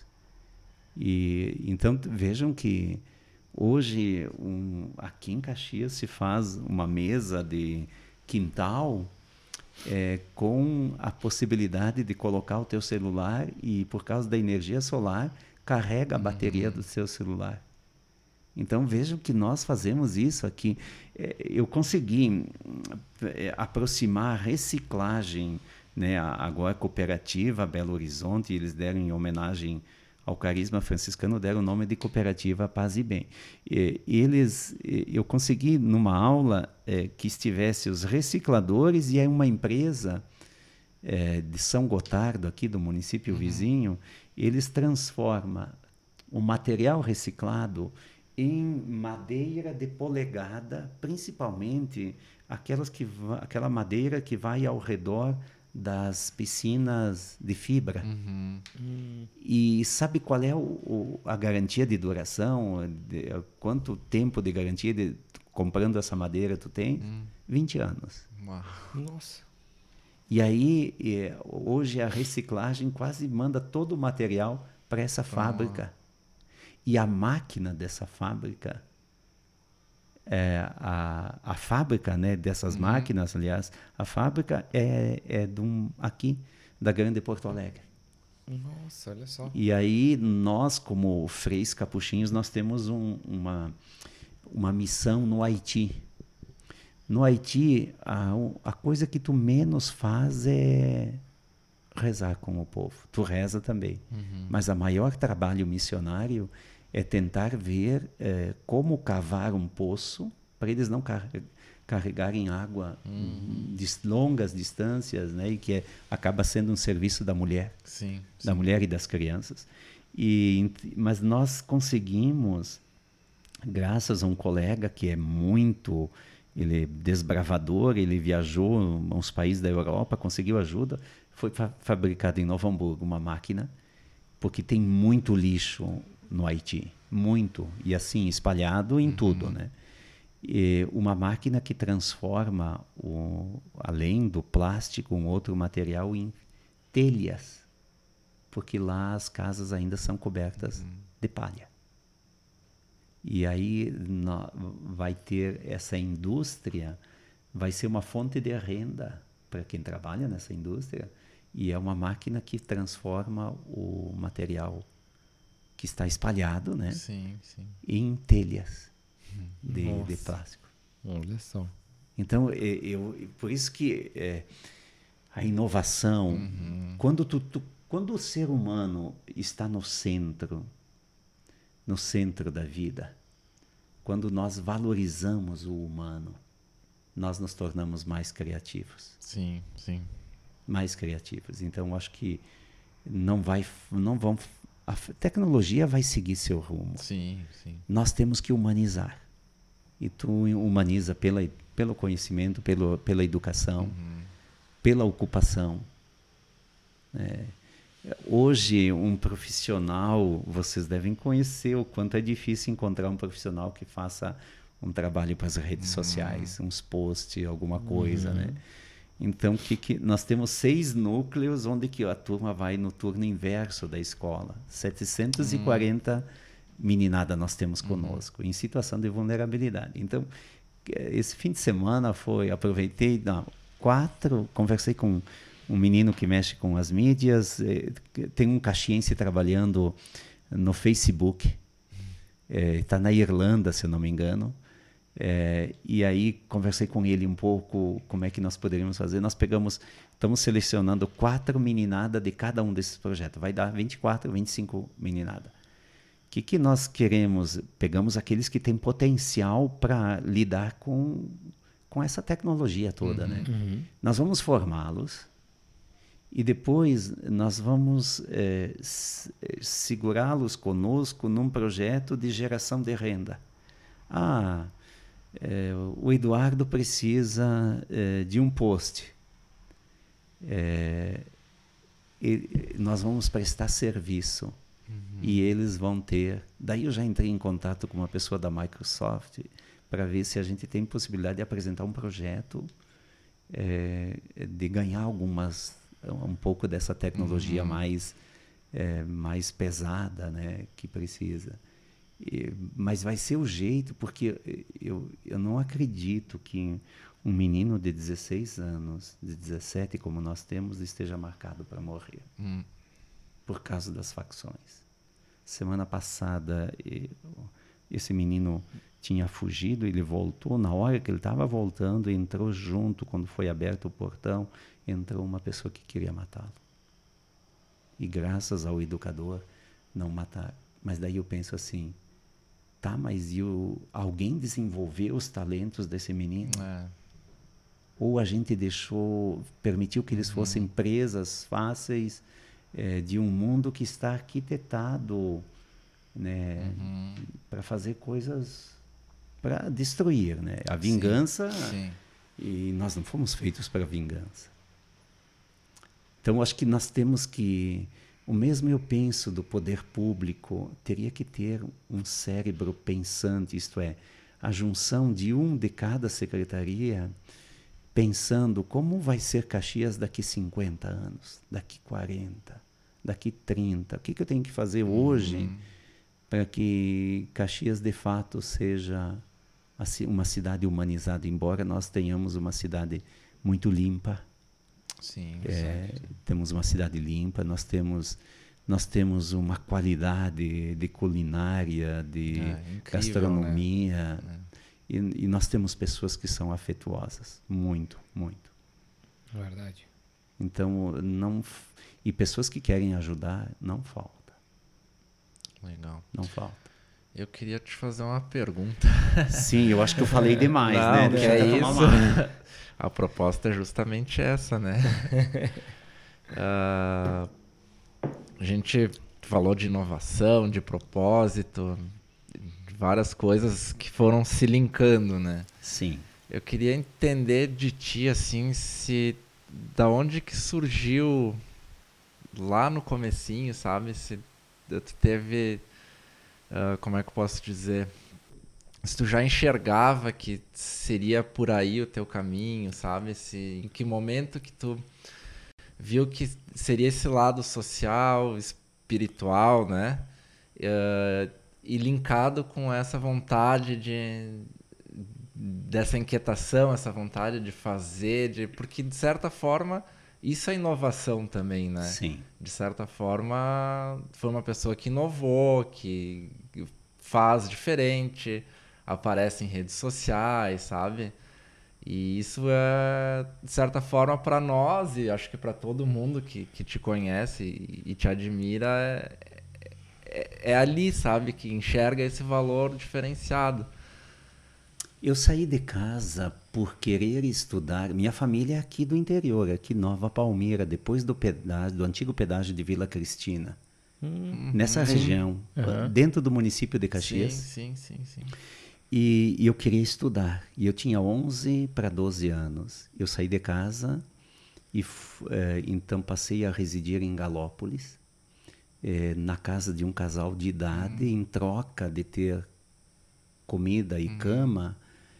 E então vejam que hoje um, aqui em Caxias se faz uma mesa de quintal é, com a possibilidade de colocar o teu celular e, por causa da energia solar, carrega a bateria uhum. do seu celular. Então vejam que nós fazemos isso aqui. É, eu consegui é, aproximar a reciclagem, né, agora a cooperativa Belo Horizonte, eles deram em homenagem ao carisma franciscano, deram o nome de Cooperativa Paz e Bem. E, eles, eu consegui, numa aula, é, que estivesse os recicladores e é uma empresa é, de São Gotardo, aqui do município uhum. vizinho, eles transformam o material reciclado em madeira de polegada, principalmente aquelas que, aquela madeira que vai ao redor das piscinas de fibra. Uhum. Hum. E sabe qual é o, o, a garantia de duração? De, quanto tempo de garantia de, comprando essa madeira tu tem? Hum. vinte anos. Uau. Nossa. E aí, é, hoje a reciclagem quase manda todo o material para essa fábrica. E a máquina dessa fábrica, é, a, a fábrica, né, dessas uhum. máquinas, aliás, a fábrica é, é de um, aqui, da Grande Porto Alegre. Nossa, olha só. E aí nós, como freis capuchinhos, nós temos um, uma, uma missão no Haiti. No Haiti, a, a coisa que tu menos faz é rezar com o povo. Tu reza também. Uhum. Mas o maior trabalho missionário é tentar ver é, como cavar um poço para eles não car carregarem água uhum. de longas distâncias, né? E que é, acaba sendo um serviço da mulher, sim, da sim. mulher e das crianças. E, mas nós conseguimos, graças a um colega que é muito, ele é desbravador, ele viajou a uns países da Europa, conseguiu ajuda, foi fa fabricado em Novo Hamburgo uma máquina, porque tem muito lixo no Haiti, muito, e assim, espalhado em uhum. tudo, né? E uma máquina que transforma, o, além do plástico, um outro material em telhas, porque lá as casas ainda são cobertas uhum. de palha. E aí no, vai ter essa indústria, vai ser uma fonte de renda para quem trabalha nessa indústria, e é uma máquina que transforma o material que está espalhado, né, sim, sim. em telhas de, de plástico. Olha só. Então, eu, eu, por isso que é, a inovação, uhum. quando, tu, tu, quando o ser humano está no centro, no centro da vida, quando nós valorizamos o humano, nós nos tornamos mais criativos. Sim, sim. Mais criativos. Então, acho que não vai, não vão, a tecnologia vai seguir seu rumo. Sim, sim. Nós temos que humanizar. E tu humaniza pela, pelo conhecimento, pelo, pela educação, uhum. pela ocupação. É, hoje, um profissional, vocês devem conhecer o quanto é difícil encontrar um profissional que faça um trabalho para as redes uhum. sociais, uns posts, alguma coisa, uhum. né? Então, que, que, nós temos seis núcleos onde que a turma vai no turno inverso da escola. setecentos e quarenta uhum. meninada nós temos conosco, uhum. em situação de vulnerabilidade. Então, esse fim de semana foi, aproveitei, não, quatro, conversei com um menino que mexe com as mídias, eh, tem um caxiense trabalhando no Facebook, está eh, na Irlanda, se eu não me engano. É, e aí conversei com ele um pouco como é que nós poderíamos fazer. Nós pegamos, estamos selecionando quatro meninadas de cada um desses projetos. Vai dar vinte e quatro, vinte e cinco meninadas. O que, que nós queremos? Pegamos aqueles que têm potencial para lidar com, com essa tecnologia toda. Uhum. Né? Uhum. Nós vamos formá-los e depois nós vamos é, segurá-los conosco num projeto de geração de renda. Ah... É, o Eduardo precisa é, de um post. É, e, nós vamos prestar serviço uhum. e eles vão ter... Daí eu já entrei em contato com uma pessoa da Microsoft para ver se a gente tem possibilidade de apresentar um projeto é, de ganhar algumas, um pouco dessa tecnologia uhum. mais, é, mais pesada, né, que precisa. E, mas vai ser o jeito, porque eu, eu não acredito que um menino de dezesseis anos, de dezessete, como nós temos, esteja marcado para morrer. Hum. Por causa das facções. Semana passada, esse menino tinha fugido, ele voltou. Na hora que ele estava voltando, entrou junto, quando foi aberto o portão, entrou uma pessoa que queria matá-lo. E graças ao educador, não mataram. Mas daí eu penso assim, tá, mas e o, alguém desenvolveu os talentos desse menino? É. Ou a gente deixou, permitiu que eles uhum. fossem presas fáceis é, de um mundo que está arquitetado, né, uhum. para fazer coisas, para destruir, né? A vingança, sim, sim. E nós não fomos feitos para vingança. Então, acho que nós temos que, o mesmo eu penso do poder público, teria que ter um cérebro pensante, isto é, a junção de um de cada secretaria, pensando como vai ser Caxias daqui cinquenta anos, daqui quarenta, daqui trinta. O que, que eu tenho que fazer hoje uhum. para que Caxias, de fato, seja uma cidade humanizada, embora nós tenhamos uma cidade muito limpa. Sim, é, temos uma cidade limpa, nós temos, nós temos uma qualidade de culinária, de é, incrível, gastronomia, né? E, e nós temos pessoas que são afetuosas, muito, muito. Verdade. Então, não, e pessoas que querem ajudar, não falta. Legal. Não falta. Eu queria te fazer uma pergunta. Sim, eu acho que eu falei demais, não, né? Não, que é isso. A proposta é justamente essa, né? uh, a gente falou de inovação, de propósito, várias coisas que foram se linkando, né? Sim. Eu queria entender de ti, assim, se da onde que surgiu lá no comecinho, sabe? Se tu teve, uh, como é que eu posso dizer? Se tu já enxergava que seria por aí o teu caminho, sabe? Se, em que momento que tu viu que seria esse lado social, espiritual, né? Uh, e linkado com essa vontade de dessa inquietação, essa vontade de fazer, de porque de certa forma isso é inovação também, né? Sim. De certa forma foi uma pessoa que inovou, que faz diferente, aparece em redes sociais, sabe? E isso é, de certa forma, para nós, e acho que para todo mundo que, que te conhece e, e te admira, é, é, é ali, sabe? Que enxerga esse valor diferenciado. Eu saí de casa por querer estudar. Minha família é aqui do interior, aqui Nova Palmira, depois do pedágio, do antigo pedágio de Vila Cristina. Hum, nessa sim. região, uhum. dentro do município de Caxias. Sim, sim, sim, sim. E, e eu queria estudar. E eu tinha onze para doze anos. Eu saí de casa e eh, então passei a residir em Galópolis, eh, na casa de um casal de idade, uhum. em troca de ter comida e uhum. cama,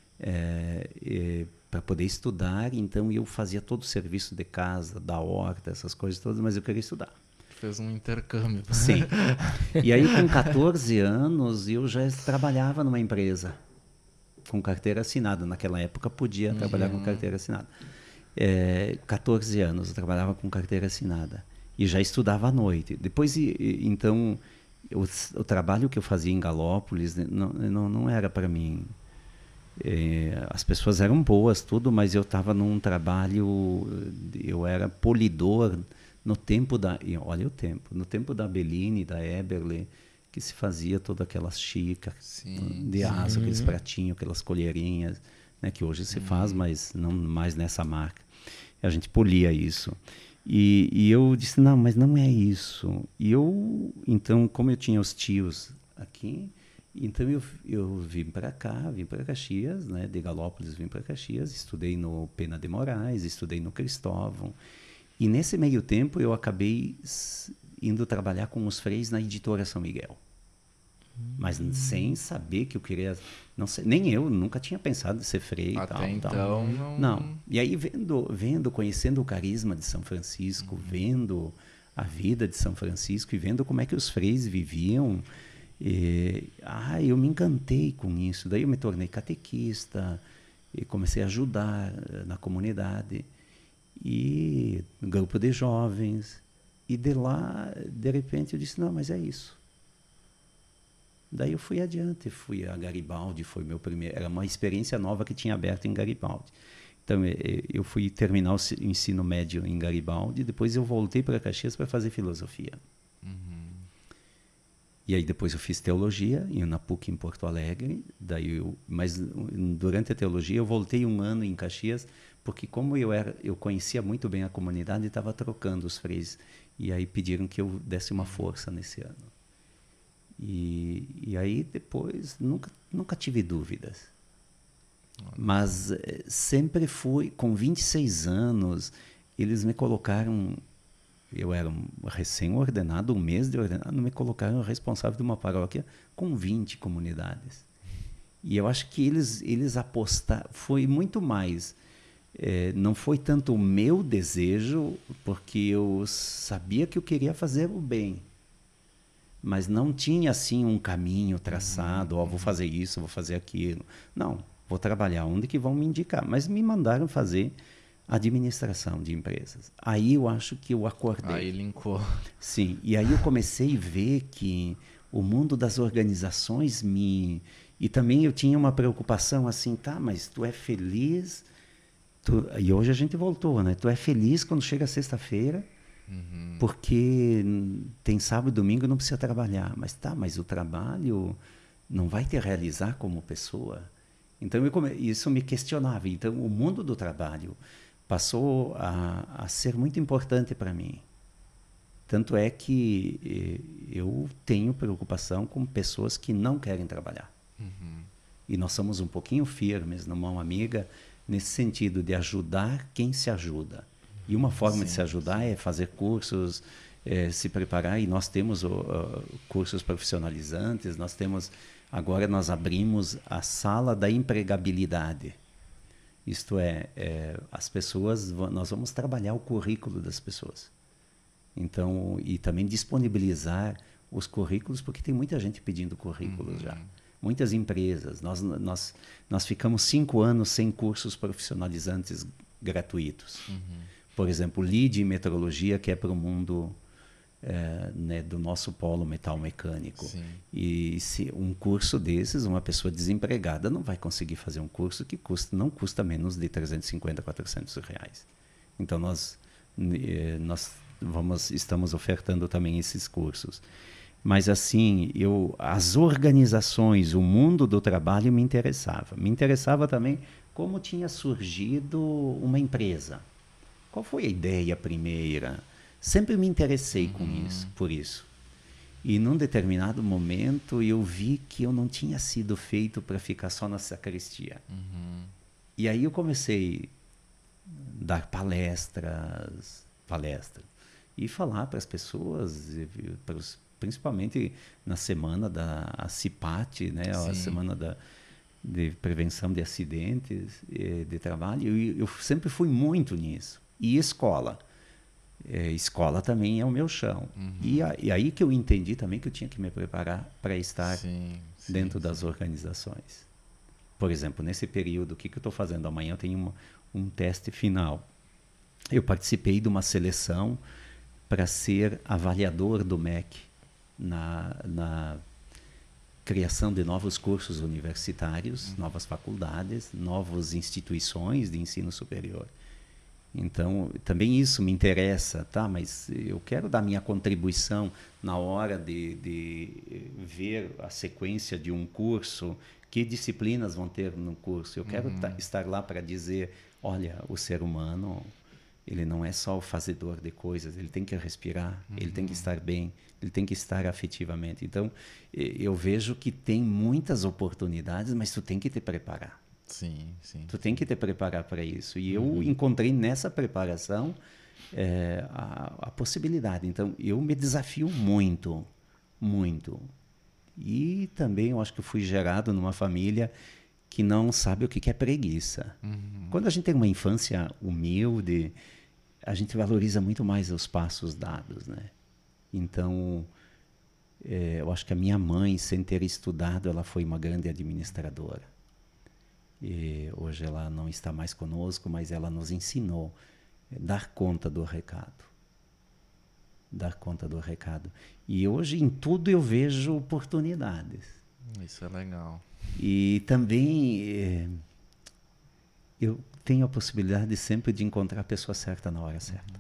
é, é, para poder estudar. Então eu fazia todo o serviço de casa, da horta, essas coisas todas, mas eu queria estudar. Fez um intercâmbio. Sim. E aí com catorze anos eu já trabalhava numa empresa com carteira assinada. Naquela época podia uhum. trabalhar com carteira assinada. É, catorze anos eu trabalhava com carteira assinada e já estudava à noite. Depois, então, eu, o trabalho que eu fazia em Galópolis não, não, não era para mim. É, as pessoas eram boas, tudo, mas eu estava num trabalho, eu era polidor no tempo da, olha o tempo, no tempo da Bellini, da Eberle, que se fazia todas aquelas xícaras sim, de aço, sim. aqueles pratinhos, aquelas colherinhas, né, que hoje se hum. faz, mas não mais nessa marca. A gente polia isso. E, e eu disse, não, mas não é isso. E eu, então, como eu tinha os tios aqui, então eu, eu vim para cá, vim para Caxias, né, de Galópolis vim para Caxias, estudei no Pena de Moraes, estudei no Cristóvão. E nesse meio tempo eu acabei indo trabalhar com os freis na editora São Miguel. mas sem saber que eu queria, não sei, nem eu nunca tinha pensado em ser freio. Até tal, então tal. não... não. E aí vendo, vendo, conhecendo o carisma de São Francisco, uhum. vendo a vida de São Francisco e vendo como é que os freis viviam, e, ah, eu me encantei com isso. Daí eu me tornei catequista e comecei a ajudar na comunidade e no grupo de jovens. E de lá, de repente, eu disse, não, mas é isso. Daí eu fui adiante, fui a Garibaldi, foi meu primeiro, era uma experiência nova que tinha aberto em Garibaldi. Então eu fui terminar o ensino médio em Garibaldi, depois eu voltei para Caxias para fazer filosofia. Uhum. E aí depois eu fiz teologia na P U C em Porto Alegre, daí eu, mas durante a teologia eu voltei um ano em Caxias, porque como eu era, eu conhecia muito bem a comunidade e estava trocando os freis, e aí pediram que eu desse uma força nesse ano. E, e aí depois nunca, nunca tive dúvidas. Mas eh, sempre fui, com vinte e seis anos, eles me colocaram, eu era um recém-ordenado, um mês de ordenado, me colocaram responsável de uma paróquia com vinte comunidades. E eu acho que eles, eles apostaram, foi muito mais, eh, não foi tanto o meu desejo, porque eu sabia que eu queria fazer o bem. Mas não tinha, assim, um caminho traçado, ó, oh, vou fazer isso, vou fazer aquilo. Não, vou trabalhar onde que vão me indicar. Mas me mandaram fazer administração de empresas. Aí eu acho que eu acordei. Aí linkou. Sim, e aí eu comecei a ver que o mundo das organizações me... E também eu tinha uma preocupação assim, tá, mas tu é feliz... Tu... E hoje a gente voltou, né? Tu é feliz quando chega sexta-feira... Uhum. Porque tem sábado e domingo não precisa trabalhar, mas tá, mas o trabalho não vai te realizar como pessoa. Então eu come... isso me questionava. Então o mundo do trabalho passou a, a ser muito importante para mim. Tanto é que eh, eu tenho preocupação com pessoas que não querem trabalhar. Uhum. E nós somos um pouquinho firmes na mão amiga nesse sentido de ajudar quem se ajuda. E uma forma sim, de se ajudar sim. é fazer cursos, é, se preparar. E nós temos o, uh, cursos profissionalizantes. Nós temos, agora nós abrimos a sala da empregabilidade. Isto é, é as pessoas, nós vamos trabalhar o currículo das pessoas. Então, e também disponibilizar os currículos, porque tem muita gente pedindo currículos uhum. já. Muitas empresas. Nós, nós, nós ficamos cinco anos sem cursos profissionalizantes gratuitos. Uhum. Por exemplo, L I D em metrologia, que é para o mundo é, né, do nosso polo metal mecânico. Sim. E se um curso desses, uma pessoa desempregada não vai conseguir fazer um curso que custa, não custa menos de trezentos e cinquenta, quatrocentos reais. Então, nós, nós vamos, estamos ofertando também esses cursos. Mas, assim, eu, as organizações, o mundo do trabalho me interessava. Me interessava também como tinha surgido uma empresa. Qual foi a ideia primeira? Sempre me interessei com uhum. isso, por isso. E num determinado momento eu vi que eu não tinha sido feito para ficar só na sacristia. Uhum. E aí eu comecei a dar palestras, palestras e falar para as pessoas, para os, principalmente na semana da CIPAT, né, a semana da de prevenção de acidentes de trabalho. Eu, eu sempre fui muito nisso. E escola. É, escola também é o meu chão. Uhum. E, a, e aí que eu entendi também que eu tinha que me preparar para estar sim, sim, dentro sim. das organizações. Por exemplo, nesse período, o que, que eu estou fazendo? Amanhã eu tenho uma, um teste final. Eu participei de uma seleção para ser avaliador do M E C na, na criação de novos cursos universitários, uhum. novas faculdades, novas instituições de ensino superior. Então, também isso me interessa, tá? Mas eu quero dar minha contribuição na hora de, de ver a sequência de um curso, que disciplinas vão ter no curso. Eu quero uhum. ta, estar lá para dizer, olha, o ser humano, ele não é só o fazedor de coisas, ele tem que respirar, uhum. ele tem que estar bem, ele tem que estar afetivamente. Então, eu vejo que tem muitas oportunidades, mas tu tem que te preparar. Sim, sim. Tu tem que te preparar para isso. E uhum. eu encontrei nessa preparação é, a, a possibilidade. Então, eu me desafio muito, muito. E também eu acho que eu fui gerado numa família que não sabe o que é preguiça. Uhum. Quando a gente tem uma infância humilde, a gente valoriza muito mais os passos dados, né? Então, é, eu acho que a minha mãe, sem ter estudado, ela foi uma grande administradora. E hoje ela não está mais conosco, mas ela nos ensinou a dar conta do recado. Dar conta do recado. E hoje, em tudo, eu vejo oportunidades. Isso é legal. E também é, eu tenho a possibilidade sempre de encontrar a pessoa certa na hora certa. Uhum.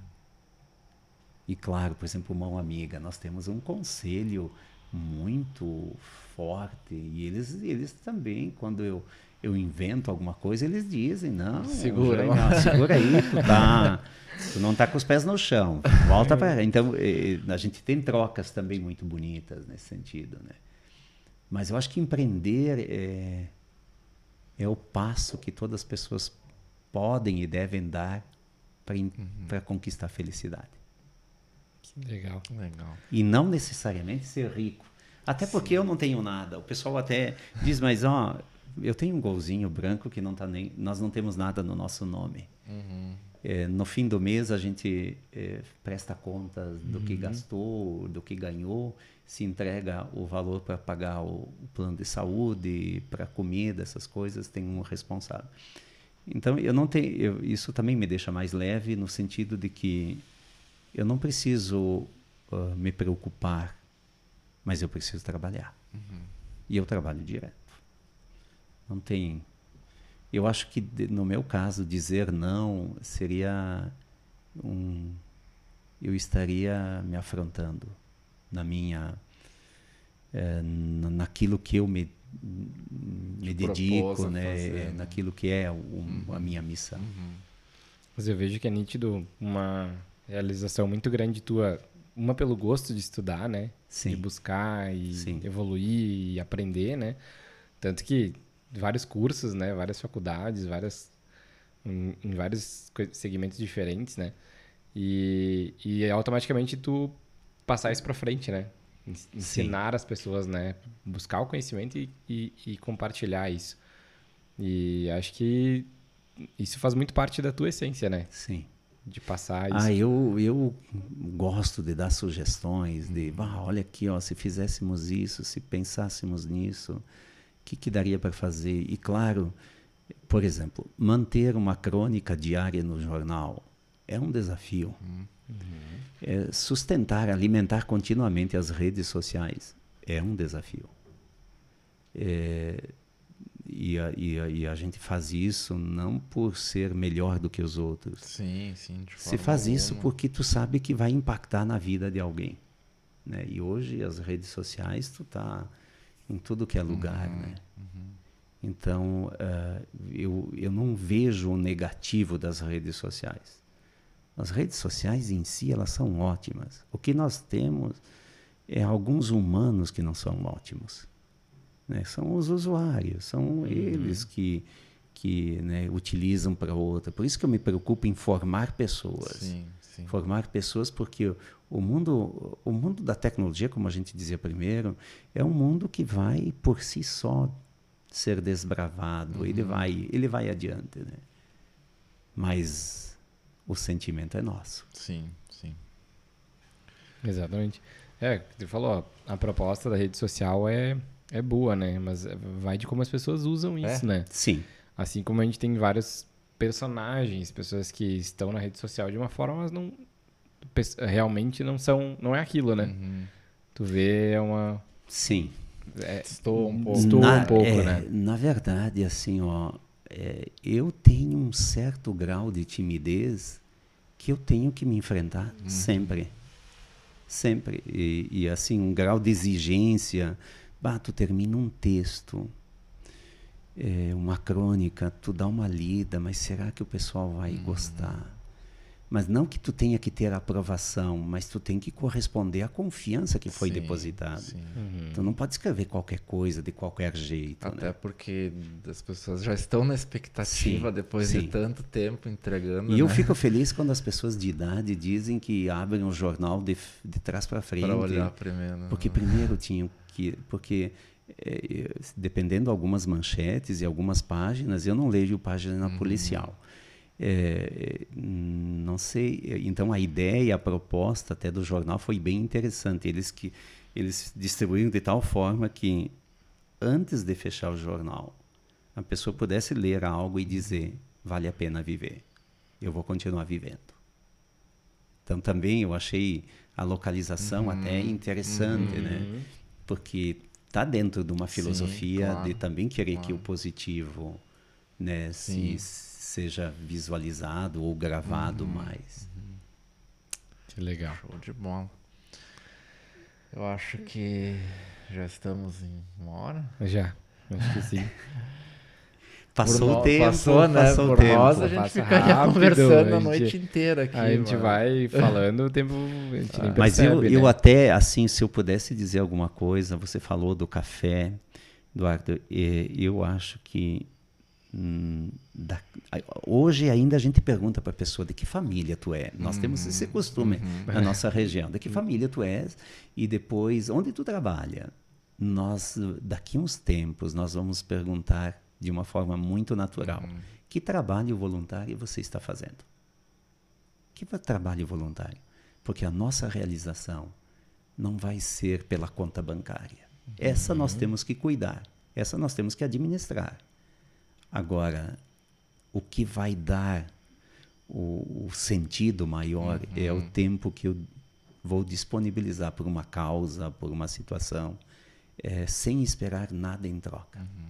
E claro, por exemplo, Mão Amiga, nós temos um conselho muito forte e eles, eles também, quando eu, eu invento alguma coisa, eles dizem, não, segura, já, não, segura aí, tu, tá, tu não tá com os pés no chão, volta para... Então, é, a gente tem trocas também muito bonitas nesse sentido, né? Mas eu acho que empreender é, é o passo que todas as pessoas podem e devem dar para uhum. conquistar a felicidade. Que legal. legal. E não necessariamente ser rico. Até porque Sim. eu não tenho nada. O pessoal até diz, mas ó, eu tenho um golzinho branco que não tá nem... Nós não temos nada no nosso nome. Uhum. É, no fim do mês a gente é, presta contas do uhum. que gastou, do que ganhou, se entrega o valor para pagar o, o plano de saúde, para comida, essas coisas, tem um responsável. Então, eu não tenho, eu, isso também me deixa mais leve no sentido de que eu não preciso uh, me preocupar, mas eu preciso trabalhar. Uhum. E eu trabalho direto. Não tem... Eu acho que, no meu caso, dizer não seria um... Eu estaria me afrontando na minha... É, naquilo que eu me, me dedico, né? Fazer, né? Naquilo que é um, uhum. a minha missão. Uhum. Mas eu vejo que é nítido uma realização muito grande tua, uma pelo gosto de estudar, né? Sim. De buscar e Sim. evoluir e aprender, né? Tanto que vários cursos, né? Várias faculdades, várias em, em vários segmentos diferentes, né? E, e automaticamente tu passar isso para frente, né? Ensinar Sim. as pessoas, né? Buscar o conhecimento e, e, e compartilhar isso. E acho que isso faz muito parte da tua essência, né? Sim. De passar isso. Ah, eu, eu gosto de dar sugestões, de, ah, olha aqui, ó, se fizéssemos isso, se pensássemos nisso, o que, que daria para fazer? E claro, por exemplo, manter uma crônica diária no jornal é um desafio. Uhum. É, sustentar, alimentar continuamente as redes sociais é um desafio. É, e, a, e, a, e a gente faz isso não por ser melhor do que os outros. Sim, sim. De Você faz isso porque tu sabe que vai impactar na vida de alguém, né? E hoje as redes sociais tu tá em tudo que é lugar, uhum, né? Uhum. Então uh, eu, eu não vejo o negativo das redes sociais. As redes sociais em si, elas são ótimas. O que nós temos é alguns humanos que não são ótimos, né? São os usuários, são uhum. eles que, que né, utilizam para outra. Por isso que eu me preocupo em formar pessoas. Sim, sim. Formar pessoas porque o mundo, o mundo da tecnologia, como a gente dizia primeiro, é um mundo que vai por si só ser desbravado. Uhum. Ele vai, ele vai adiante, né? Mas... o sentimento é nosso. Sim, sim. Exatamente. É, você falou, a proposta da rede social é, é boa, né? Mas vai de como as pessoas usam isso, é? né? Sim. Assim como a gente tem vários personagens, pessoas que estão na rede social de uma forma, mas não realmente não são, não é aquilo, né? Uhum. Tu vê é uma... Sim. É, estou um pouco. Estou na, um pouco, é, né? Na verdade, assim, ó... É, eu tenho um certo grau de timidez que eu tenho que me enfrentar uhum. sempre. Sempre. E, e, assim, um grau de exigência. Bah, tu termina um texto, é, uma crônica, tu dá uma lida, mas será que o pessoal vai uhum. gostar? Mas não que tu tenha que ter a aprovação, mas tu tem que corresponder à confiança que foi Sim, depositada. sim. Uhum. Tu não pode escrever qualquer coisa de qualquer jeito. Até né? porque as pessoas já estão na expectativa Sim, depois sim. de tanto tempo entregando. E eu né? fico feliz quando as pessoas de idade dizem que abrem o jornal de, de trás para frente. Para olhar primeiro. Porque primeiro tinham que... Porque, é, dependendo de algumas manchetes e algumas páginas, eu não leio página Uhum. policial. É, não sei, então a ideia, a proposta até do jornal foi bem interessante. Eles que eles distribuíram de tal forma que antes de fechar o jornal, a pessoa pudesse ler algo e dizer: vale a pena viver, eu vou continuar vivendo. Então também eu achei a localização Uhum. até interessante, Uhum. né? Porque está dentro de uma filosofia Sim, claro, de também querer claro. que o positivo, né, se seja visualizado ou gravado Uhum. mais. Que legal. Show de bola. Eu acho que já estamos em uma hora. Já, acho que sim. Passou Por o no- tempo, passou, né? passou Por o tempo. nós a gente Passa ficaria rápido, conversando a a gente- noite inteira aqui. A gente mano. vai falando, o tempo a gente nem Mas eu, percebe, eu né? até, assim, se eu pudesse dizer alguma coisa, você falou do café, Eduardo, eh, eu acho que hum, da- hoje ainda a gente pergunta para a pessoa de que família tu é. Nós temos esse costume na nossa região, de que família tu és e depois onde tu trabalha. Nós, daqui uns tempos, nós vamos perguntar de uma forma muito natural: que trabalho voluntário você está fazendo? Que trabalho voluntário? Porque a nossa realização não vai ser pela conta bancária. Essa nós temos que cuidar, essa nós temos que administrar. Agora, o que vai dar o, o sentido maior Uhum. é o tempo que eu vou disponibilizar por uma causa, por uma situação, é, sem esperar nada em troca. Uhum.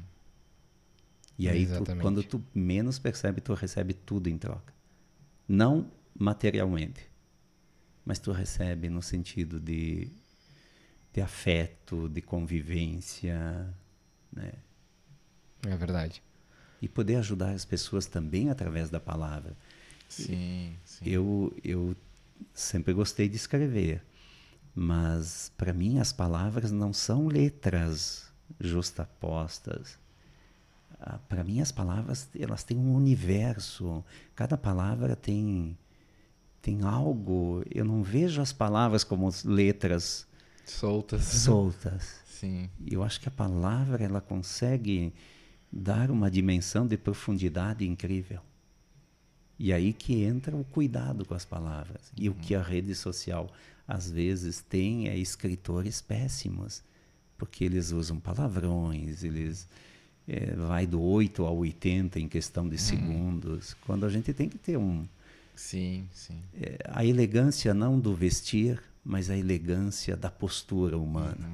E aí, tu, Exatamente. quando tu menos percebe, tu recebe tudo em troca. Não materialmente, mas tu recebe no sentido de, de afeto, de convivência, né? É verdade. E poder ajudar as pessoas também através da palavra. Sim, sim. Eu, eu sempre gostei de escrever, mas para mim as palavras não são letras justapostas. Ah, para mim as palavras, elas têm um universo. Cada palavra tem, tem algo. Eu não vejo as palavras como letras Soltas. soltas. Sim. Eu acho que a palavra ela consegue dar uma dimensão de profundidade incrível. E aí que entra o cuidado com as palavras. E o que a rede social às vezes tem é escritores péssimos, porque eles usam palavrões, eles é, vai do oito ao oitenta em questão de segundos, quando a gente tem que ter um Sim, sim. é, a elegância não do vestir, mas a elegância da postura humana.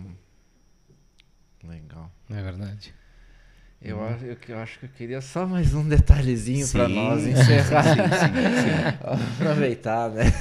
Legal. É verdade. Eu, acho, eu, eu acho que eu queria só mais um detalhezinho para Sim, nós sim, encerrar. sim, sim, Aproveitar, né?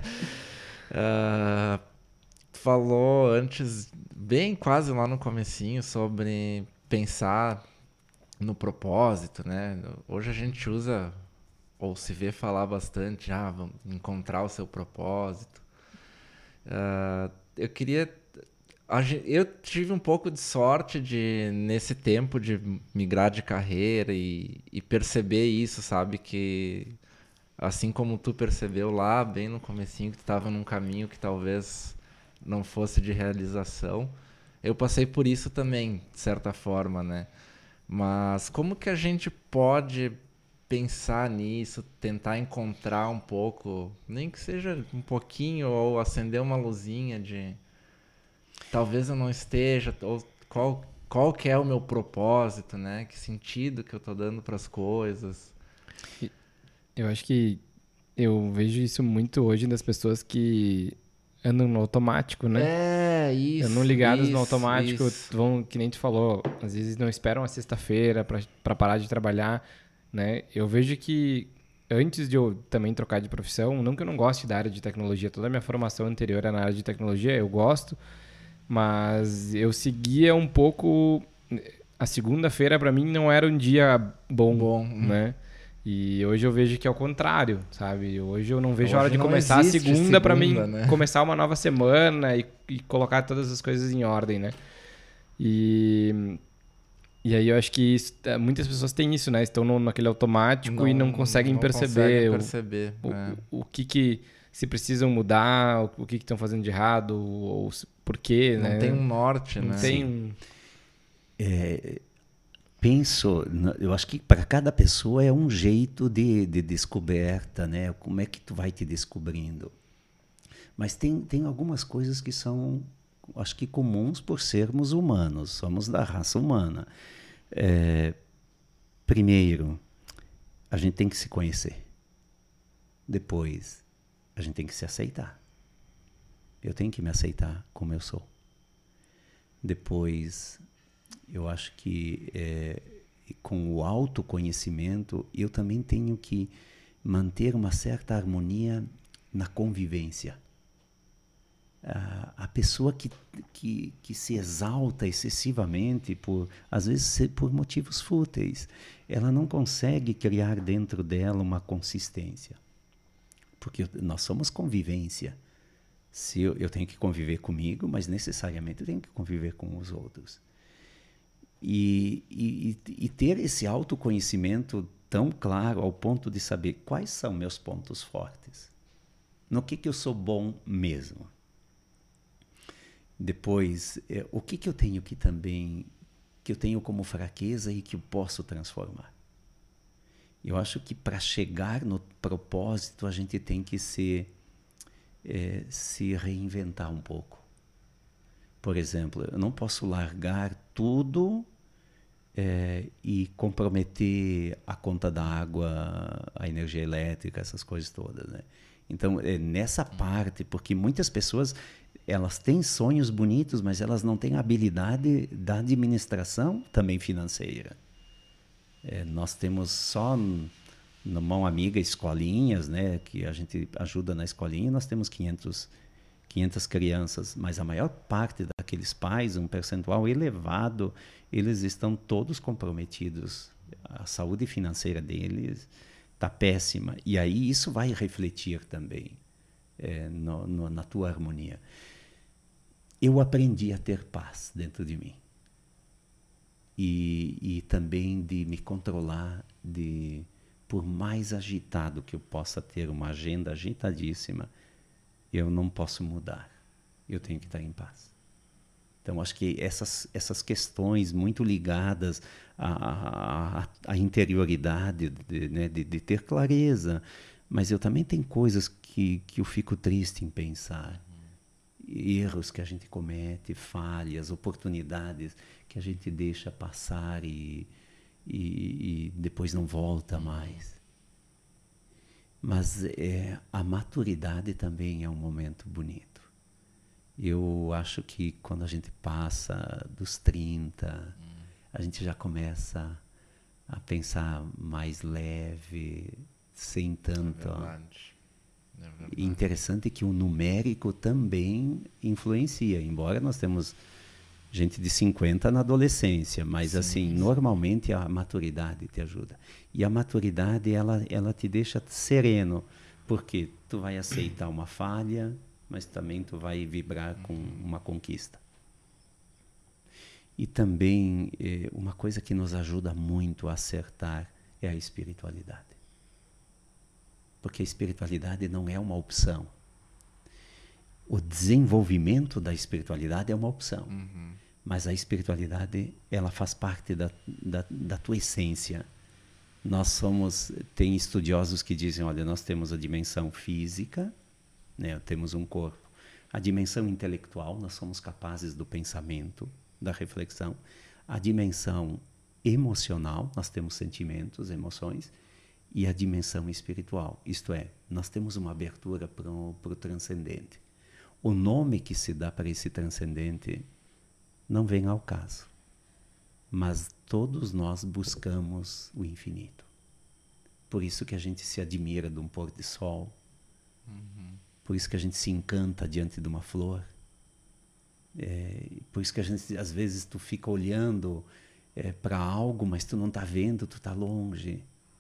Ah, tu falou antes, bem quase lá no comecinho, sobre pensar no propósito, né? Hoje a gente usa, ou se vê falar bastante, ah, vamos encontrar o seu propósito. Ah, eu queria... a gen- Eu tive um pouco de sorte de, nesse tempo, de migrar de carreira e, e perceber isso, sabe? Que assim como tu percebeu lá, bem no comecinho, que tu estava num caminho que talvez não fosse de realização, eu passei por isso também, de certa forma, né? Mas como que a gente pode pensar nisso, tentar encontrar um pouco, nem que seja um pouquinho, ou acender uma luzinha de talvez eu não esteja, ou qual, qual que é o meu propósito, né? Que sentido que eu tô dando para as coisas. Eu acho que eu vejo isso muito hoje das pessoas que andam no automático, né? É, isso. Andam ligadas isso, no automático, isso. vão, que nem tu falou, às vezes não esperam a sexta-feira pra pra parar de trabalhar, né? Eu vejo que antes de eu também trocar de profissão, não que eu não goste da área de tecnologia, toda a minha formação anterior é na área de tecnologia, eu gosto, mas eu seguia um pouco... A segunda-feira, pra mim, não era um dia bom, Bom, né? E hoje eu vejo que é o contrário, sabe? Hoje eu não vejo Hoje a hora de não começar a existe segunda para mim segunda, né? começar uma nova semana e, e colocar todas as coisas em ordem, né? E, e aí eu acho que isso, muitas pessoas têm isso, né? Estão no, naquele automático Não, e não conseguem não perceber, conseguem perceber o, é. o, o que que se precisam mudar, o, o que que estão fazendo de errado, ou, ou por quê, Não né? tem um norte, Não né? tem um... É, penso, na- eu acho que para cada pessoa é um jeito de, de descoberta, né? Como é que tu vai te descobrindo? Mas tem, tem algumas coisas que são, acho que comuns por sermos humanos, somos da raça humana. É, primeiro, a gente tem que se conhecer. Depois, a gente tem que se aceitar. Eu tenho que me aceitar como eu sou. Depois, eu acho que é, com o autoconhecimento, eu também tenho que manter uma certa harmonia na convivência. A, a pessoa que, que, que se exalta excessivamente, por, às vezes por motivos fúteis, ela não consegue criar dentro dela uma consistência. Porque nós somos convivência. Se eu, eu tenho que conviver comigo, mas necessariamente eu tenho que conviver com os outros. E, e, e ter esse autoconhecimento tão claro ao ponto de saber quais são meus pontos fortes. No que, que eu sou bom mesmo. Depois, é, o que, que eu tenho que também, que eu tenho como fraqueza e que eu posso transformar. Eu acho que para chegar no propósito, a gente tem que se, é, se reinventar um pouco. Por exemplo, eu não posso largar tudo é, e comprometer a conta da água, a energia elétrica, essas coisas todas, né? Então, é nessa parte, porque muitas pessoas, elas têm sonhos bonitos, mas elas não têm a habilidade da administração também financeira. É, nós temos só na mão amiga escolinhas, né, que a gente ajuda na escolinha, nós temos quinhentas crianças, mas a maior parte daqueles pais, um percentual elevado, eles estão todos comprometidos. A saúde financeira deles está péssima. E aí isso vai refletir também é, no, no, na tua harmonia. Eu aprendi a ter paz dentro de mim. E, e também de me controlar, de, por mais agitado que eu possa ter uma agenda agitadíssima, eu não posso mudar. Eu tenho que estar em paz. Então, acho que essas, essas questões muito ligadas à, à, à interioridade, de, né, de, de ter clareza, mas eu também tenho coisas que, que eu fico triste em pensar. Erros que a gente comete, falhas, oportunidades que a gente deixa passar e, e, e depois não volta mais. Mas é, a maturidade também é um momento bonito. Eu acho que quando a gente passa dos trinta, hum. a gente já começa a pensar mais leve, sem tanto... É verdade. É verdade. E interessante que o numérico também influencia, embora nós temos gente de cinquenta na adolescência, mas sim, assim, sim. Normalmente a maturidade te ajuda. E a maturidade, ela, ela te deixa sereno, porque tu vai aceitar uma falha, mas também tu vai vibrar com uma conquista. E também, eh, uma coisa que nos ajuda muito a acertar é a espiritualidade. Porque a espiritualidade não é uma opção. O desenvolvimento da espiritualidade é uma opção. Uhum. Mas a espiritualidade, ela faz parte da, da, da tua essência. Nós somos... Tem estudiosos que dizem, olha, nós temos a dimensão física, né, temos um corpo. A dimensão intelectual, nós somos capazes do pensamento, da reflexão. A dimensão emocional, nós temos sentimentos, emoções. E a dimensão espiritual, isto é, nós temos uma abertura para o transcendente. O nome que se dá para esse transcendente não vem ao caso, mas todos nós buscamos o infinito. Por isso que a gente se admira de um pôr de sol, uhum. Por isso que a gente se encanta diante de uma flor, é, por isso que a gente, às vezes, tu fica olhando é, para algo, mas tu não está vendo, tu está longe.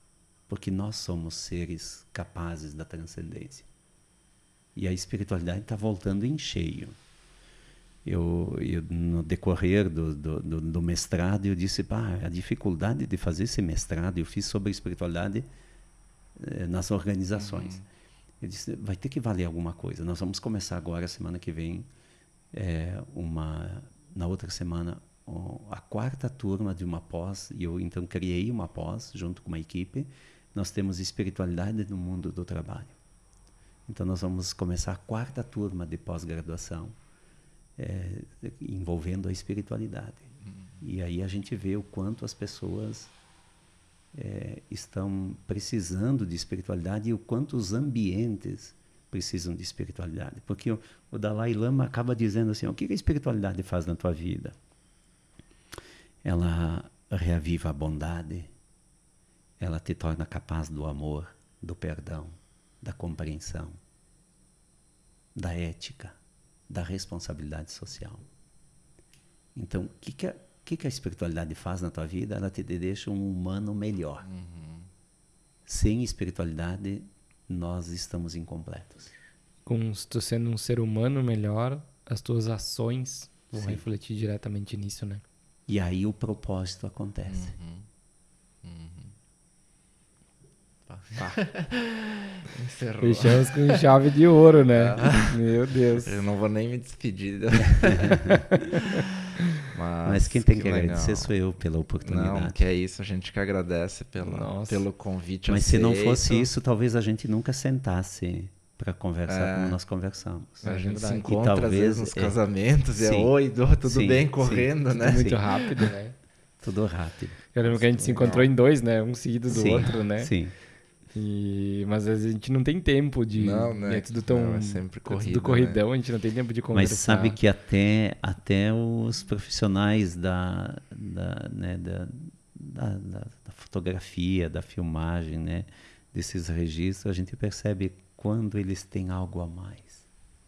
porque nós somos seres capazes da transcendência. E a espiritualidade está voltando em cheio. Eu, eu, no decorrer do, do, do, do mestrado, eu disse, pá, a dificuldade de fazer esse mestrado, eu fiz sobre espiritualidade eh, nas organizações. Uhum. Eu disse, vai ter que valer alguma coisa. Nós vamos começar agora, semana que vem, é, uma, na outra semana, oh, a quarta turma de uma pós, e eu então criei uma pós, junto com uma equipe. Nós temos espiritualidade no mundo do trabalho. Então nós vamos começar a quarta turma de pós-graduação, É, envolvendo a espiritualidade. Uhum. E aí a gente vê o quanto as pessoas é, estão precisando de espiritualidade e o quanto os ambientes precisam de espiritualidade. Porque o, o Dalai Lama acaba dizendo assim, o que a espiritualidade faz na tua vida? Ela reaviva a bondade, ela te torna capaz do amor, do perdão, da compreensão, da ética, da responsabilidade social. Então, o que, que, a, que, que a espiritualidade faz na tua vida? Ela te deixa um humano melhor. Uhum. Sem espiritualidade, nós estamos incompletos. Com tu sendo um ser humano melhor, as tuas ações vão Sim. refletir diretamente nisso, né? E aí o propósito acontece. Uhum. Uhum. Tá. Encerrou. Fechamos com chave de ouro, né? Meu Deus. Eu não vou nem me despedir. Mas, Mas quem tem que, que agradecer sou eu pela oportunidade. Não, que é isso, a gente que agradece pela, pelo convite. Mas aceito. se não fosse isso, talvez a gente nunca sentasse para conversar é, como nós conversamos. A é gente verdade. se encontra talvez, às vezes nos é, casamentos e é sim, oi, do, tudo sim, bem, correndo, sim, né? Muito sim. rápido, né? Tudo rápido. Eu lembro que a gente se encontrou em dois, né? Um seguido do sim, outro, né? Sim. E, mas às vezes a gente não tem tempo de... Não, né? É tudo tão... Não, é sempre corrida, tudo corridão, né? a gente não tem tempo de conversar. Mas sabe que até, até os profissionais da, da, né, da, da, da, da fotografia, da filmagem, né, desses registros, a gente percebe quando eles têm algo a mais.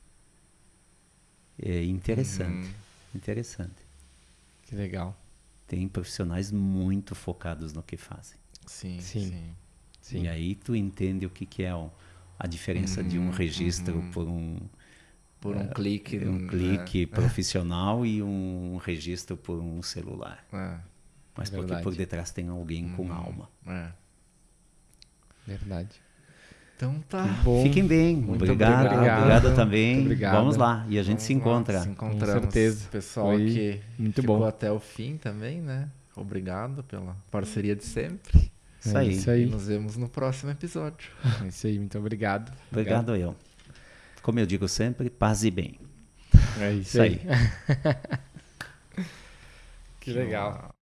É interessante, uhum. interessante. Que legal. Tem profissionais muito focados no que fazem. Sim, sim. sim. Sim. E aí tu entende o que, que é o, a diferença uhum, de um registro uhum. por um... Por um uh, clique. Um né? clique profissional e um registro por um celular. É. Mas é porque por detrás tem alguém uhum. com alma. É. Verdade. Então tá. Bom. Fiquem bem. Muito obrigado. obrigado. Obrigado também. Muito obrigado. Vamos lá. E a gente Vamos se encontra. Lá, se encontramos. Com certeza. Pessoal Foi que muito ficou bom. até o fim também, né? Obrigado pela parceria de sempre. Isso é aí. Isso aí. E nos vemos no próximo episódio. É isso aí. Muito obrigado. Obrigado, obrigado eu. Como eu digo sempre, paz e bem. É isso, isso aí. aí. Que legal.